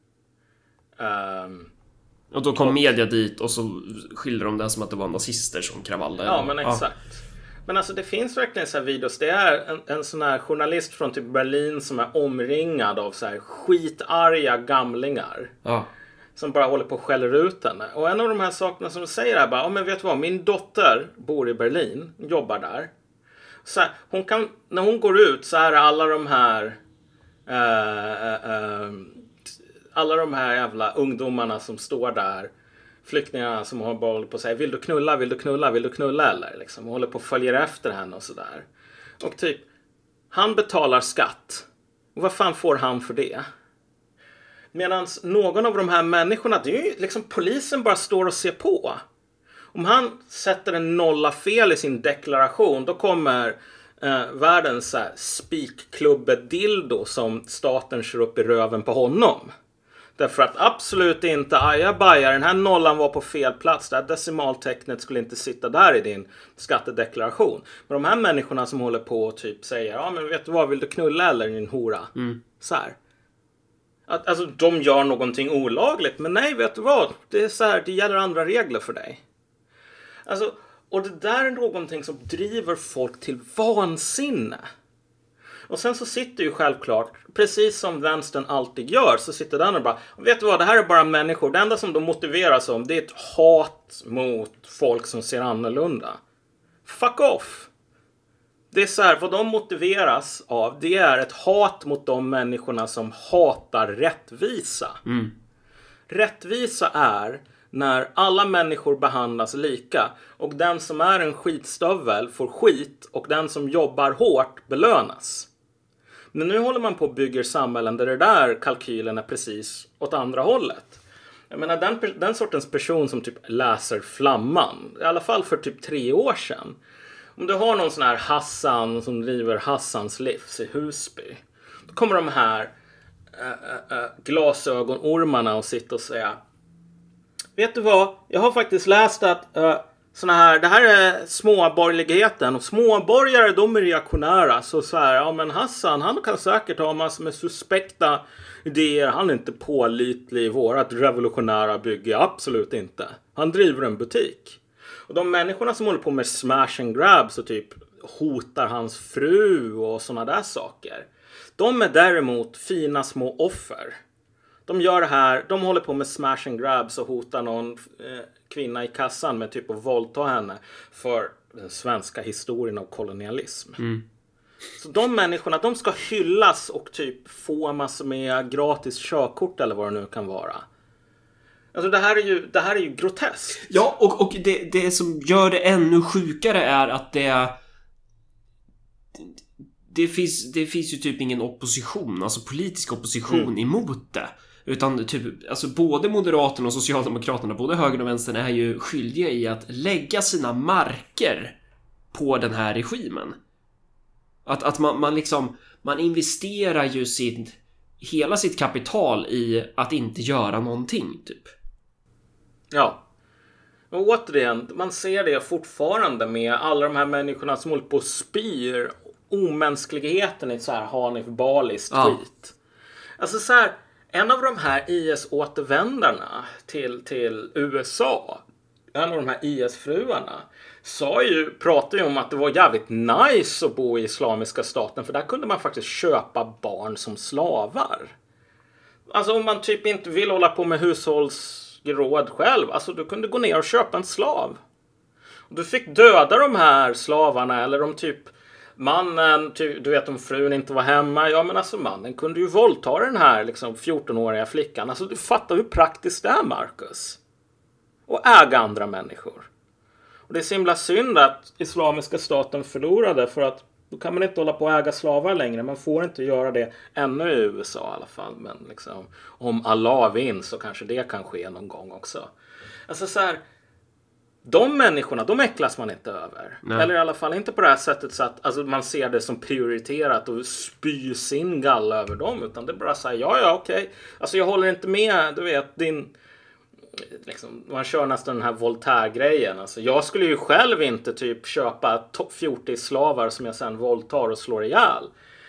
Och då kom media dit och så skildrade de det som att det var nazister som kravallade. Ja, men exakt. Men alltså det finns verkligen så här videos. Det är en sån här journalist från typ Berlin som är omringad av så här skitarga gamlingar. Ja. Som bara håller på och skäller ut henne. Och en av de här sakerna som de säger är bara, men vet du vad, min dotter bor i Berlin, jobbar där. Så här, när hon går ut så är det alla de här jävla ungdomarna som står där, flyktingarna som har bara på att säga, vill du knulla eller liksom, och håller på att följa efter henne och sådär. Och typ, han betalar skatt. Och vad fan får han för det? Medan någon av de här människorna, det är ju liksom, polisen bara står och ser på. Om han sätter en nolla fel i sin deklaration, då kommer världens så här spikklubbedildo som staten kör upp i röven på honom. Därför att absolut inte, ajabaja, den här nollan var på fel plats. Det här decimaltecknet skulle inte sitta där i din skattedeklaration. Men de här människorna som håller på och typ säger, ja men vet du vad, vill du knulla eller din hora? Så här. Alltså de gör någonting olagligt, men nej, vet du vad? Det är så här, det gäller andra regler för dig. Alltså, och det där är någonting som driver folk till vansinne. Och sen så sitter ju självklart, precis som vänstern alltid gör, så sitter den och bara, vet du vad, det här är bara människor. Det enda som de motiveras om, det är ett hat mot folk som ser annorlunda. Fuck off! Det är så här, vad de motiveras av, det är ett hat mot de människorna som hatar rättvisa. Rättvisa är när alla människor behandlas lika och den som är en skitstövel får skit och den som jobbar hårt belönas. Men nu håller man på att bygga samhällen där det där kalkylen är precis åt andra hållet. Jag menar den sortens person som typ läser Flamman, i alla fall för typ 3 år sedan. Om du har någon sån här Hassan som driver Hassans livs i Husby, då kommer de här glasögonormarna och sitta och säga, vet du vad, jag har faktiskt läst att det här är småborgerligheten och småborgare, de är reaktionära. Så här, ja men Hassan, han kan säkert ha massor med suspekta idéer. Han är inte pålitlig i vårat revolutionära bygge, absolut inte. Han driver en butik. Och de människorna som håller på med smash and grabs och typ hotar hans fru och såna där saker, de är däremot fina små offer. De gör det här, de håller på med smash and grabs och hotar någon kvinna i kassan med typ att våldta henne för den svenska historien av kolonialism. Så de människorna, de ska hyllas och typ få massor med gratis körkort eller vad det nu kan vara. Alltså det här är ju groteskt. Ja, och det som gör det ännu sjukare är att det finns ju typ ingen opposition, alltså politisk opposition emot det. Utan typ, alltså både Moderaterna och Socialdemokraterna, både höger och vänstern, är ju skyldiga i att lägga sina marker på den här regimen. Att man investerar ju hela sitt kapital i att inte göra någonting typ. Ja. Och återigen, man ser det fortfarande med alla de här människorna som håller på och spyr omänskligheten i så här Hanif Balis skit. Alltså så här, en av de här IS-återvändarna till USA, en av de här IS-fruarna, pratade ju om att det var jävligt nice att bo i Islamiska staten, för där kunde man faktiskt köpa barn som slavar. Alltså om man typ inte vill hålla på med hushållsgeråd själv, alltså du kunde gå ner och köpa en slav. Och du fick döda de här slavarna, eller de typ mannen, du vet om frun inte var hemma, ja men alltså mannen kunde ju våldta den här liksom 14-åriga flickan. Alltså du fattar hur praktiskt det är, Marcus. Och äga andra människor. Och det är så himla synd att Islamiska staten förlorade, för att då kan man inte hålla på att äga slavar längre. Man får inte göra det ännu i USA i alla fall. Men liksom, om Allah vinner så kanske det kan ske någon gång också. Alltså så här, de människorna, de äcklas man inte över. Nej. Eller i alla fall inte på det här sättet så att alltså, man ser det som prioriterat och spyr sin galla över dem. Utan det är bara så här, ja, okej. Alltså jag håller inte med, du vet, liksom, man kör nästan den här Voltaire-grejen. Alltså, jag skulle ju själv inte typ köpa 14 slavar som jag sen våldtar och slår ihjäl.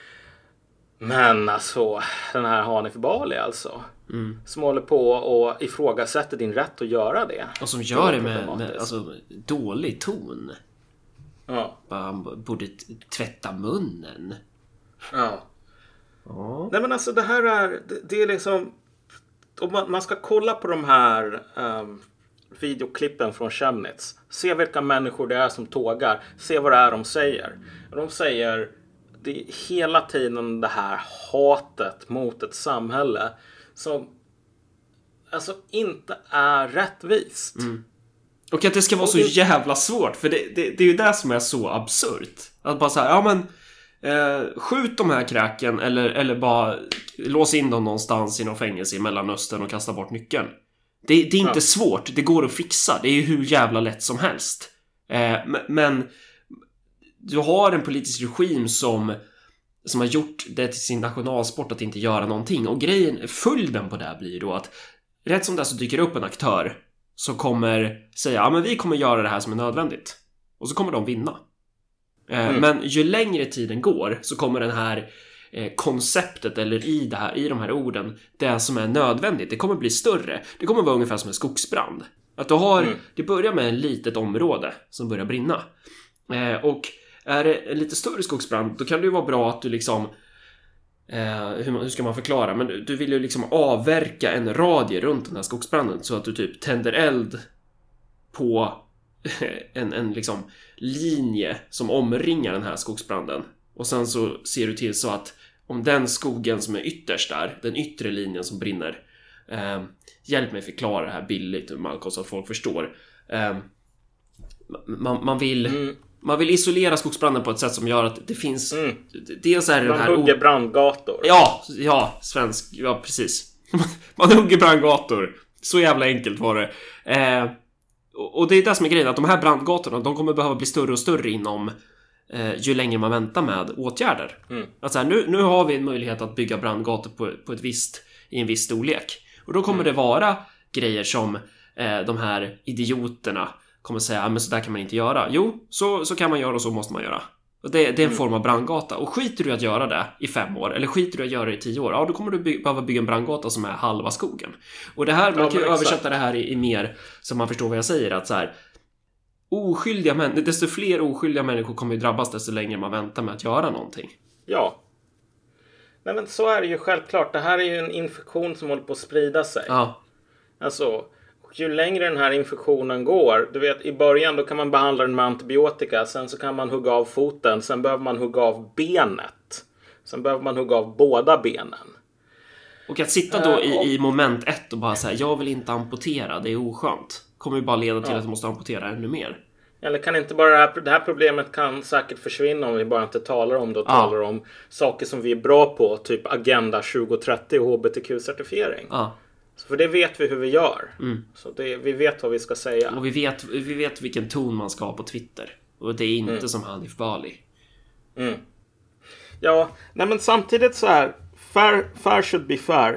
Men alltså, den här Hanif Bali alltså. Som håller på och ifrågasätter din rätt att göra det. Och som gör det med alltså, dålig ton. Ja. Han borde tvätta munnen. Ja. Nej men alltså det här är, det är liksom, om man ska kolla på de här videoklippen från Chemnitz. Se vilka människor det är som tågar. Se vad det är de säger. De säger, det är hela tiden det här hatet mot ett samhälle som alltså inte är rättvist. Och att det ska vara så jävla svårt. För det är ju det som är så absurt. Att bara säga, ja men skjut de här kräken eller bara lås in dem någonstans i någon fängelse i Mellanöstern och kasta bort nyckeln. Det är inte svårt, det går att fixa. Det är ju hur jävla lätt som helst. Men du har en politisk regim som har gjort det till sin nationalsport att inte göra någonting. Och följden på det här blir då att rätt som det så dyker upp en aktör som kommer säga, ja men vi kommer göra det här som är nödvändigt. Och så kommer de vinna. Men ju längre tiden går så kommer den här konceptet eller i de här orden, det som är nödvändigt, det kommer bli större. Det kommer vara ungefär som en skogsbrand. Att du har, det börjar med ett litet område som börjar brinna. Och är det en lite större skogsbrand, då kan det ju vara bra att du liksom hur ska man förklara, men du vill ju liksom avverka en radie runt den här skogsbranden så att du typ tänder eld på en liksom linje som omringar den här skogsbranden. Och sen så ser du till så att om den skogen som är ytterst där, den yttre linjen som brinner, hjälp mig förklara det här billigt Malcolm, så att folk förstår. Man vill isolera skogsbranden på ett sätt som gör att det finns dels är det den här man hugger brandgator. Ja, svensk, ja precis. Man hugger brandgator. Så jävla enkelt var det. Och det är det som är grejen, att de här brandgatorna, de kommer behöva bli större och större inom ju längre man väntar med åtgärder. Alltså här, nu har vi en möjlighet att bygga brandgator i en viss storlek. Och då kommer det vara grejer som de här idioterna kommer säga, men så där kan man inte göra. Jo, så kan man göra och så måste man göra. Och det är en form av brandgata. Och skiter du att göra det i 5 år, eller skiter du att göra det i 10 år, ja, då kommer du behöva bygga en brandgata som är halva skogen. Och det här, man kan ju översätta det här i mer, så man förstår vad jag säger, att så här, desto fler oskyldiga människor kommer ju drabbas desto längre man väntar med att göra någonting. Ja. Nej men så är det ju självklart. Det här är ju en infektion som håller på att sprida sig. Ja. Alltså, ju längre den här infektionen går, du vet, i början då kan man behandla den med antibiotika, sen så kan man hugga av foten, sen behöver man hugga av benet, sen behöver man hugga av båda benen. Och att sitta då i moment 1 och bara säga, jag vill inte amputera, det är oskönt, kommer ju bara leda till att du måste amputera ännu mer. Eller kan inte bara det här problemet kan säkert försvinna om vi bara inte talar om det och talar om saker som vi är bra på, typ Agenda 2030 och HBTQ-certifiering. För det vet vi hur vi gör. Så vi vet vad vi ska säga. Och vi vet vilken ton man ska ha på Twitter. Och det är inte som Hanif Bali. Ja, nej men samtidigt så här, fair should be fair.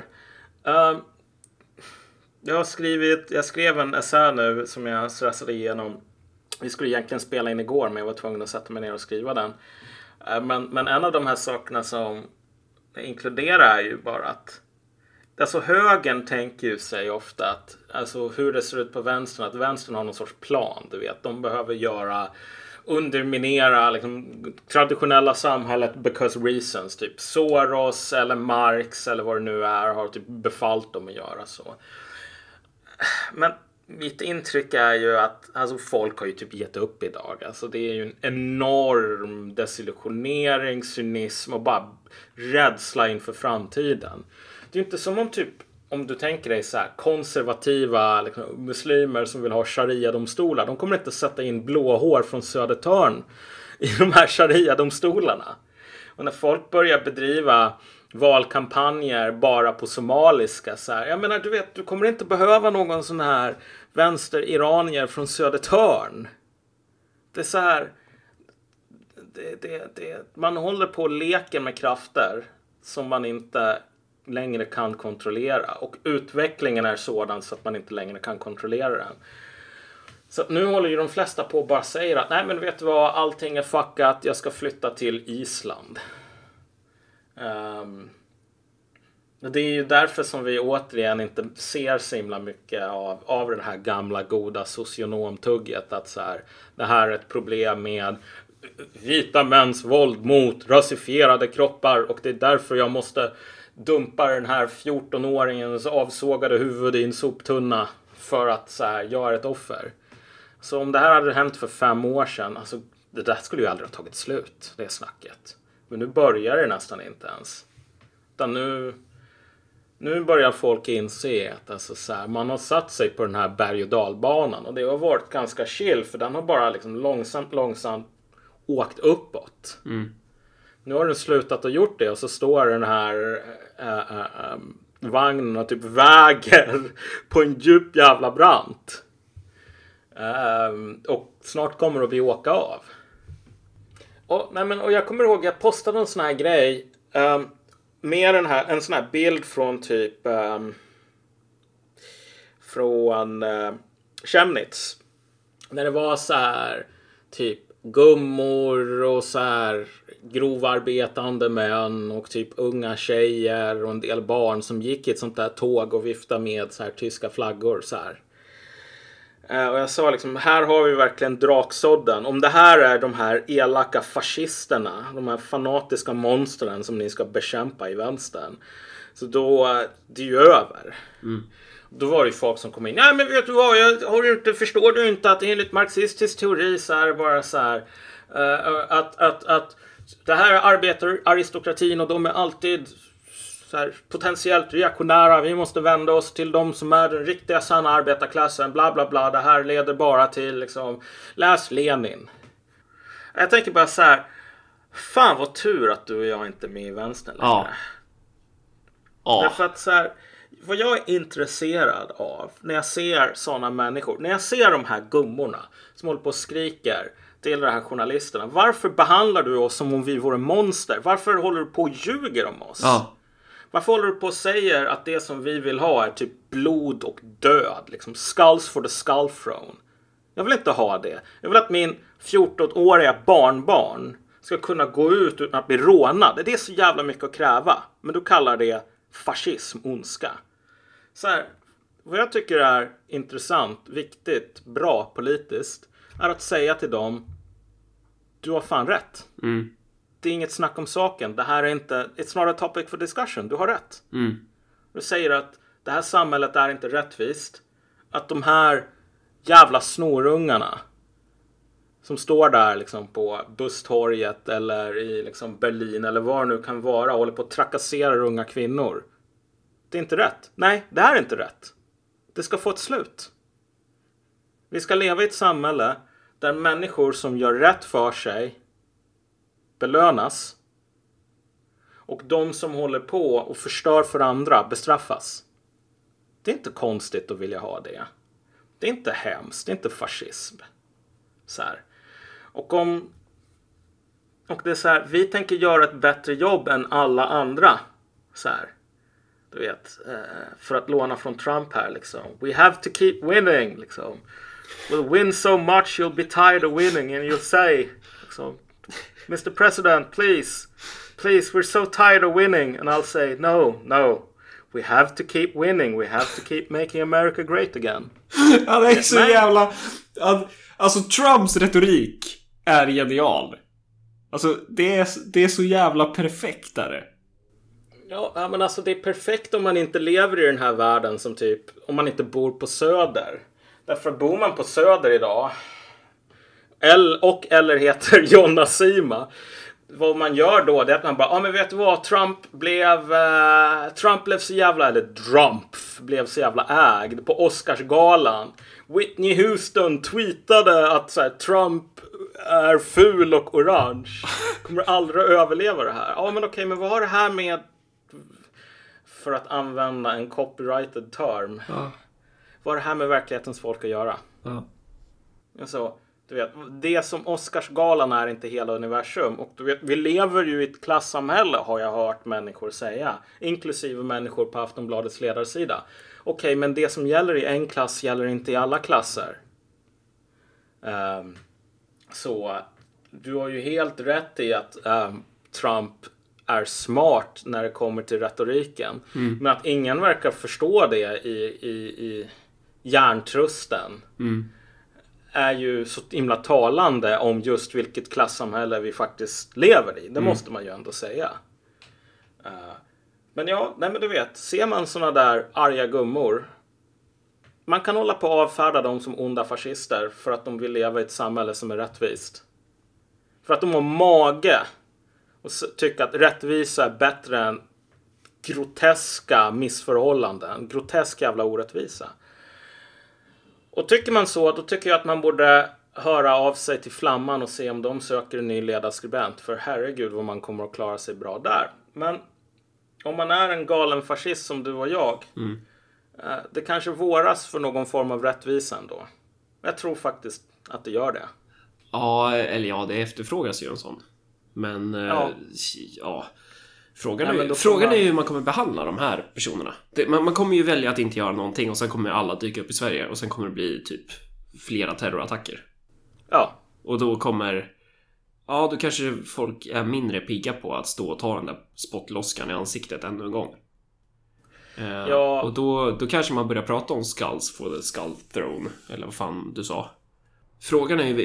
Jag skrev en essä nu som jag stressade igenom. Vi skulle egentligen spela in igår, men jag var tvungen att sätta mig ner och skriva den. Men en av de här sakerna som jag inkluderar är ju bara att alltså högern tänker ju sig ofta att alltså hur det ser ut på vänstern, att vänstern har någon sorts plan, du vet. De behöver underminera liksom, traditionella samhället because reasons, typ Soros eller Marx eller vad det nu är har typ befallt dem att göra så. Men mitt intryck är ju att alltså, folk har ju typ gett upp idag. Alltså, det är ju en enorm desillusionering, cynism och bara rädsla inför framtiden. Det är ju inte som om du tänker dig så här konservativa liksom, muslimer som vill ha sharia-domstolar. De kommer inte sätta in blåhår från Södertörn i de här sharia-domstolarna. Och när folk börjar bedriva valkampanjer bara på somaliska. Så här. Jag menar, du vet, du kommer inte behöva någon sån här vänster-iranier från Södertörn. Det är så här... man håller på och leker med krafter som man inte längre kan kontrollera. Och utvecklingen är sådan så att man inte längre kan kontrollera den. Så nu håller ju de flesta på och bara säger att nej, men vet du vad, allting är fuckat, jag ska flytta till Island. Det är ju därför som vi återigen inte ser så himla mycket av det här gamla goda socionomtugget. Att så här, det här är ett problem med vita mäns våld mot rasifierade kroppar och det är därför jag måste dumpa den här 14-åringens avsågade huvud i en soptunna för att så här, jag är ett offer. Så om det här hade hänt för 5 år sedan, alltså det där skulle ju aldrig ha tagit slut, det snacket. Men nu börjar det nästan inte ens. Utan nu börjar folk inse att alltså så här, man har satt sig på den här berg- och dalbanan och det har varit ganska chill för den har bara liksom långsamt åkt uppåt. Nu har den slutat och gjort det och så står den här vagnen och typ väger på en djup jävla brant. Och snart kommer det att åka av. Och jag kommer ihåg, jag postade en sån här grej med en sån här bild från typ från Chemnitz. När det var så här typ gummor och så här grovarbetande män och typ unga tjejer och en del barn som gick i ett sånt där tåg och viftade med så här tyska flaggor så här. Och jag sa liksom, här har vi verkligen draksådden. Om det här är de här elaka fascisterna, de här fanatiska monstren som ni ska bekämpa i vänstern, så då det är ju över. Då var det ju folk som kom in. Nej, men vet du vad, förstår du inte att enligt marxistisk teori så är det bara så här att det här är arbetararistokratin och de är alltid så här, potentiellt reaktionära. Vi måste vända oss till de som är den riktiga sanna arbetarklassen. Bla bla bla. Det här leder bara till liksom, läs Lenin. Jag tänker bara så här. Fan vad tur att du och jag inte är med i vänstern längre. Ja. Därför att så här, vad jag är intresserad av när jag ser sådana människor, när jag ser de här gummorna som håller på och skriker till de här journalisterna. Varför behandlar du oss som om vi vore monster? Varför håller du på och ljuger om oss? Ja. Varför håller du på och säger att det som vi vill ha är typ blod och död? Liksom skulls for the skull throne. Jag vill inte ha det. Jag vill att min 14-åriga barnbarn ska kunna gå ut utan att bli rånad. Det är så jävla mycket att kräva. Men du kallar det fascism, ondska. Så här, vad jag tycker är intressant, viktigt, bra politiskt är att säga till dem, du har fan rätt. Det är inget snack om saken. Det här är inte, it's not a topic for discussion. Du har rätt. Du säger att det här samhället är inte rättvist. Att de här jävla snorungarna som står där liksom på busstorget eller i liksom Berlin eller var det nu kan vara och håller på att trakassera unga kvinnor. Det är inte rätt. Nej, det här är inte rätt. Det ska få ett slut. Vi ska leva i ett samhälle där människor som gör rätt för sig belönas och de som håller på och förstör för andra bestraffas. Det är inte konstigt att vilja ha det. Det är inte hemskt, det är inte fascism. Så här. Och det är så här, vi tänker göra ett bättre jobb än alla andra. Så här. Du vet, för att låna från Trump här liksom. We have to keep winning liksom. We'll win so much you'll be tired of winning and you'll say liksom, Mr. President, please, we're so tired of winning. And I'll say, no, we have to keep winning. We have to keep making America great again. Ja, det är så jävla... Alltså, Trumps retorik är genial. Alltså, det är så jävla perfekt där. Ja, men alltså det är perfekt om man inte lever i den här världen som typ, om man inte bor på Söder. Därför bor man på Söder idag eller heter Jonna Sima. Vad man gör då, det är att man bara, men vet du vad, Trump blev så jävla, eller Trump blev så jävla ägd på Oscarsgalan. Whitney Houston tweetade att så här, Trump är ful och orange. Kommer aldrig överleva det här. Ja, men okej, men vad har det här med för att använda en copyrighted term. Vad är det här med verklighetens folk att göra? Alltså, du vet, det som Oscarsgalan är inte hela universum. Och du vet, vi lever ju i ett klassamhälle, har jag hört människor säga. Inklusive människor på Aftonbladets ledarsida. Okej, men det som gäller i en klass gäller inte i alla klasser. Så du har ju helt rätt i att Trump är smart när det kommer till retoriken. Men att ingen verkar förstå det i hjärntrusten är ju så himla talande om just vilket klassamhälle vi faktiskt lever i. Det måste man ju ändå säga. Men ja, nej men du vet, ser man såna där arga gummor, man kan hålla på att avfärda dem som onda fascister för att de vill leva i ett samhälle som är rättvist. För att de har mage och tycker att rättvisa är bättre än groteska missförhållanden. Grotesk jävla orättvisa. Och tycker man så, då tycker jag att man borde höra av sig till Flamman och se om de söker en ny ledarskribent. För herregud vad man kommer att klara sig bra där. Men om man är en galen fascist som du och jag, det kanske våras för någon form av rättvisa ändå. Jag tror faktiskt att det gör det. Ja, eller ja, det efterfrågas ju en sån. Men ja. Frågan är ju hur man kommer behandla de här personerna. Man kommer ju välja att inte göra någonting och sen kommer alla dyka upp i Sverige och sen kommer det bli typ flera terrorattacker. Ja. Och då kommer... Ja, då kanske folk är mindre pigga på att stå och ta den där spottloskan i ansiktet ännu en gång. Ja. Och då kanske man börjar prata om skulls for the skull throne. Eller vad fan du sa. Frågan är ju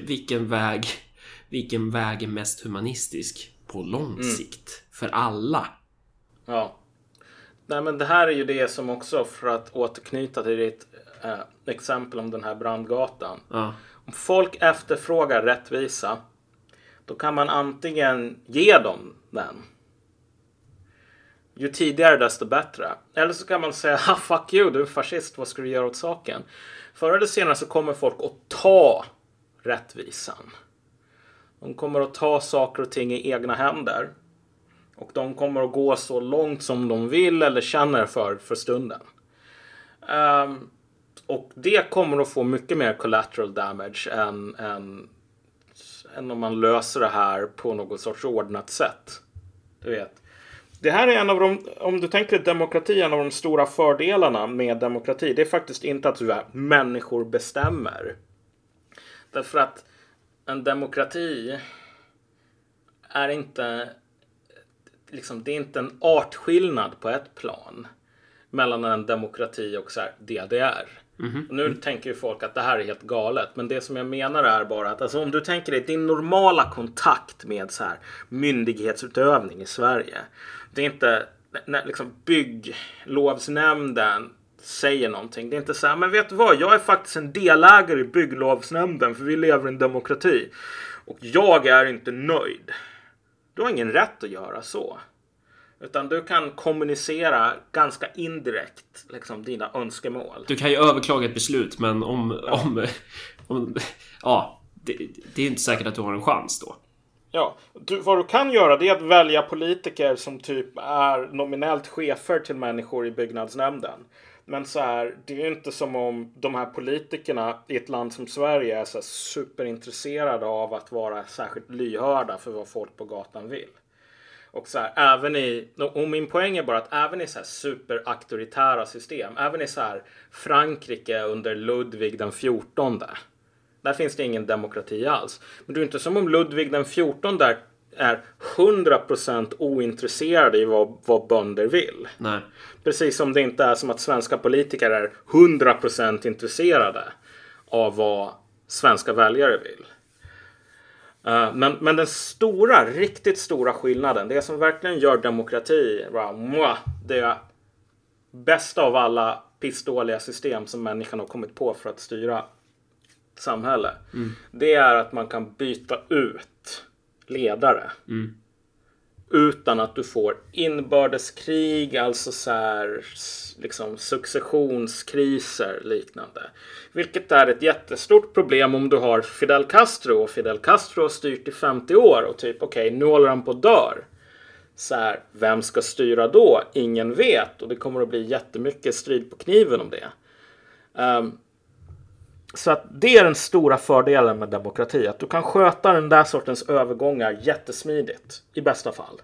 vilken väg är mest humanistisk på lång sikt för alla. Ja. Nej, men det här är ju det som också, för att återknyta till ditt exempel om den här brandgatan. Om folk efterfrågar rättvisa, då kan man antingen ge dem den. Ju tidigare desto bättre. Eller så kan man säga, fuck you, du är fascist, vad ska du göra åt saken? Förr eller senare så kommer folk att ta rättvisan. De kommer att ta saker och ting i egna händer. Och de kommer att gå så långt som de vill eller känner för stunden. Och det kommer att få mycket mer collateral damage än om man löser det här på något sorts ordnat sätt. Du vet. Det här är en av de, om du tänker demokrati, en av de stora fördelarna med demokrati. Det är faktiskt inte att människor bestämmer. Därför att en demokrati är inte, liksom, det är inte en artskillnad på ett plan mellan en demokrati och så här DDR. Och nu tänker ju folk att det här är helt galet. Men det som jag menar är bara att alltså, om du tänker dig din normala kontakt med så här myndighetsutövning i Sverige. Det är inte när liksom bygglovsnämnden säger någonting. Det är inte så här, men vet du vad? Jag är faktiskt en delägare i bygglovsnämnden för vi lever i en demokrati. Och jag är inte nöjd. Du har ingen rätt att göra så. Utan du kan kommunicera ganska indirekt liksom, dina önskemål. Du kan ju överklaga ett beslut, men det är inte säkert att du har en chans då. Ja, vad du kan göra det är att välja politiker som typ är nominellt chefer till människor i byggnadsnämnden. Men så här, det är ju inte som om de här politikerna i ett land som Sverige är så här superintresserade av att vara särskilt lyhörda för vad folk på gatan vill. Och så här, och min poäng är bara att även i så här superauktoritära system, även i så här Frankrike under Ludvig den 14, där finns det ingen demokrati alls. Men det är inte som om Ludvig den 14 där är 100% ointresserad i vad bönder vill. Nej. Precis som det inte är som att svenska politiker är 100% intresserade av vad svenska väljare vill. Men den riktigt stora skillnaden, det som verkligen gör demokrati, det bästa av alla pissdåliga system som människan har kommit på för att styra samhälle, det är att man kan byta ut ledare utan att du får inbördeskrig, alltså så här, liksom successionskriser liknande. Vilket är ett jättestort problem om du har Fidel Castro, och Fidel Castro har styrt i 50 år och typ okej, nu håller han på att dör. så här, vem ska styra då? Ingen vet. Och det kommer att bli jättemycket strid på kniven om det. Så att det är den stora fördelen med demokrati. Att du kan sköta den där sortens övergångar jättesmidigt. I bästa fall.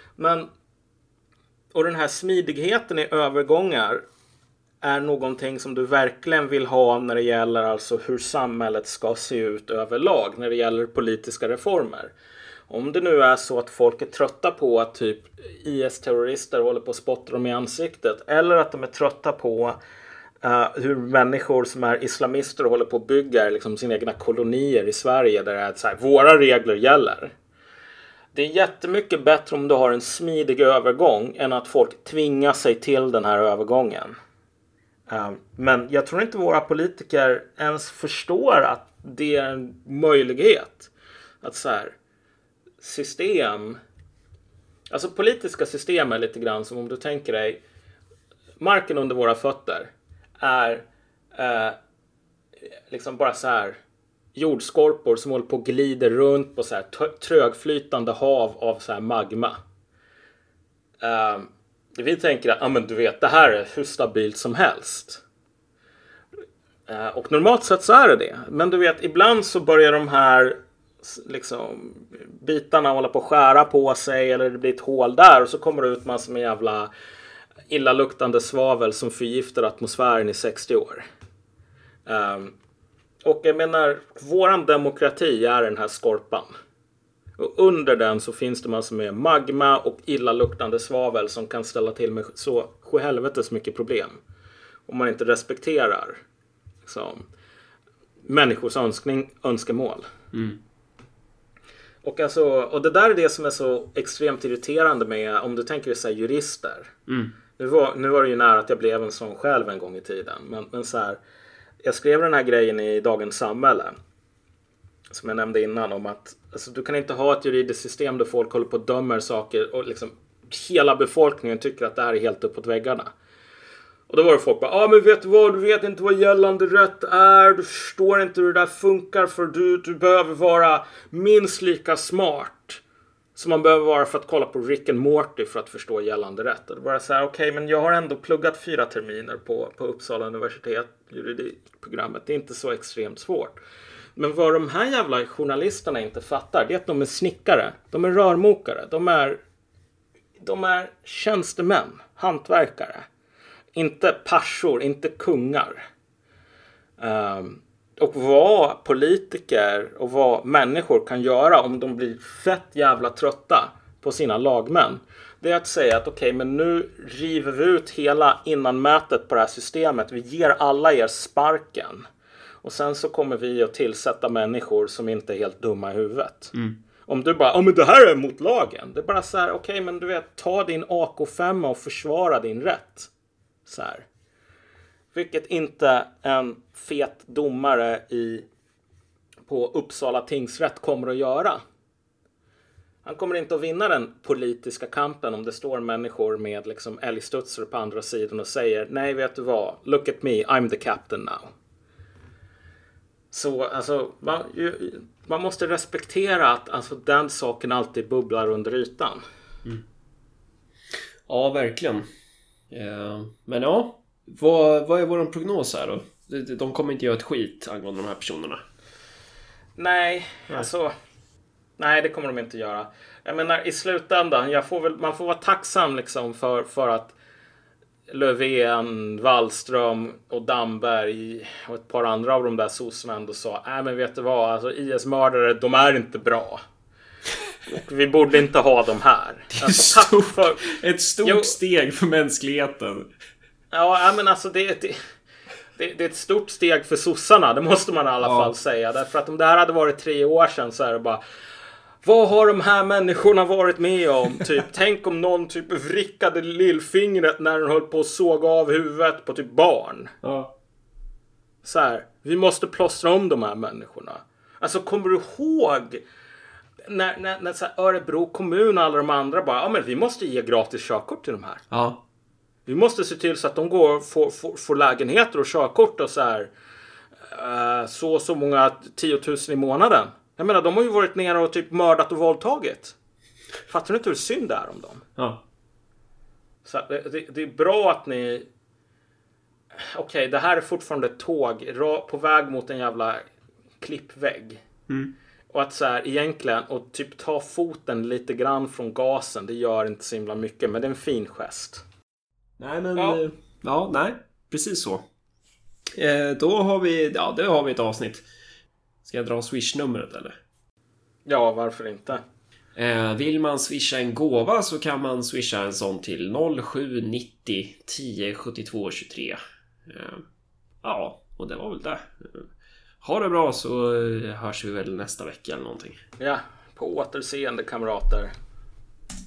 Och den här smidigheten i övergångar är någonting som du verkligen vill ha när det gäller alltså hur samhället ska se ut överlag. När det gäller politiska reformer. Om det nu är så att folk är trötta på att typ IS-terrorister håller på att spotta dem i ansiktet. Eller att de är trötta på hur människor som är islamister håller på att bygga liksom sina egna kolonier i Sverige. Där det är så här, våra regler gäller. Det är jättemycket bättre om du har en smidig övergång än att folk tvingar sig till den här övergången. Men jag tror inte våra politiker ens förstår att det är en möjlighet. Att så här, system, alltså politiska system är lite grann som om du tänker dig marken under våra fötter är liksom bara så här jordskorpor som håller på och glider runt på så här trögflytande hav av så här magma. Vi tänker att men du vet, det här är hur stabilt som helst. Och normalt sett så är det. Men du vet, ibland så börjar de här liksom bitarna hålla på att skära på sig, eller det blir ett hål där och så kommer det ut massor med jävla illaluktande svavel som förgiftar atmosfären i 60 år. Och jag menar, våran demokrati är den här skorpan. Och under den så finns det massor med magma och illaluktande svavel som kan ställa till med så sjuhelvetes mycket problem. Om man inte respekterar liksom människors önskemål. Och, och det där är det som är så extremt irriterande med, om du tänker dig så här, jurister. Nu var det ju nära att jag blev en sån själv en gång i tiden. Men så här, jag skrev den här grejen i Dagens Samhälle. Som jag nämnde innan om att alltså, du kan inte ha ett juridiskt system där folk håller på och dömer saker och liksom hela befolkningen tycker att det här är helt uppåt väggarna. Och då var det folk bara, men vet du vad, du vet inte vad gällande rätt är, du förstår inte hur det där funkar, för du behöver vara minst lika smart som man behöver vara för att kolla på Rick and Morty för att förstå gällande rätt. Och det var så här, okej, men jag har ändå pluggat 4 terminer på Uppsala universitet, juridikprogrammet, det är inte så extremt svårt. Men vad de här jävla journalisterna inte fattar, det är att de är snickare, de är rörmokare, de är tjänstemän, hantverkare. Inte parsor, inte kungar. Och vad politiker och vad människor kan göra om de blir fett jävla trötta på sina lagmän. Det är att säga att okej, men nu river vi ut hela innanmätet på det här systemet. Vi ger alla er sparken. Och sen så kommer vi att tillsätta människor som inte är helt dumma i huvudet. Om du bara, men det här är mot lagen. Det är bara så här, okej, men du vet, ta din AK5 och försvara din rätt. Så här. Vilket inte en fet domare på Uppsala tingsrätt kommer att göra. Han kommer inte att vinna den politiska kampen om det står människor med liksom älgstudsar på andra sidan och säger, nej, vet du vad, look at me, I'm the captain now. Så alltså, man måste respektera att alltså, den saken alltid bubblar under ytan. Ja, verkligen. Men ja, vad är vår prognos här då? De kommer inte göra ett skit angående de här personerna. Nej, alltså... Nej, det kommer de inte göra. Jag menar, i slutändan, man får vara tacksam liksom för att Löfven, Wallström och Damberg och ett par andra av de där sossarna ändå sa, men vet du vad, alltså IS-mördare, de är inte bra. Och vi borde inte ha dem här. Alltså, ett stort steg för mänskligheten. Ja, men alltså det är ett stort steg för sossarna, det måste man i alla fall säga. Därför att om det här hade varit 3 år sedan så är det bara, vad har de här människorna varit med om? Typ, tänk om någon typ vrickade lillfingret när den höll på att såga av huvudet på typ barn. Ja. Så här, vi måste plåstra om de här människorna. Alltså, kommer du ihåg när så här, Örebro kommun och alla de andra bara, men vi måste ge gratis körkort till de här. Ja. Vi måste se till så att de får lägenheter och körkort och så här så många 10 000 i månaden. Jag menar, de har ju varit nere och typ mördat och våldtagit. Fattar du inte hur synd det är om dem? Ja. Så det är bra att ni... Okej, det här är fortfarande ett tåg på väg mot en jävla klippvägg. Och att så här, egentligen, och typ ta foten lite grann från gasen, det gör inte så himla mycket, men det är en fin gest. Nej, men... Ja, nej. Precis så. Då har vi ett avsnitt. Ska jag dra Swish-numret eller? Ja, varför inte? Vill man swisha en gåva så kan man swisha en sån till 0790 10 72 23. Ja, och det var väl det. Ha det bra så hörs vi väl nästa vecka eller någonting. Ja, på återseende kamrater.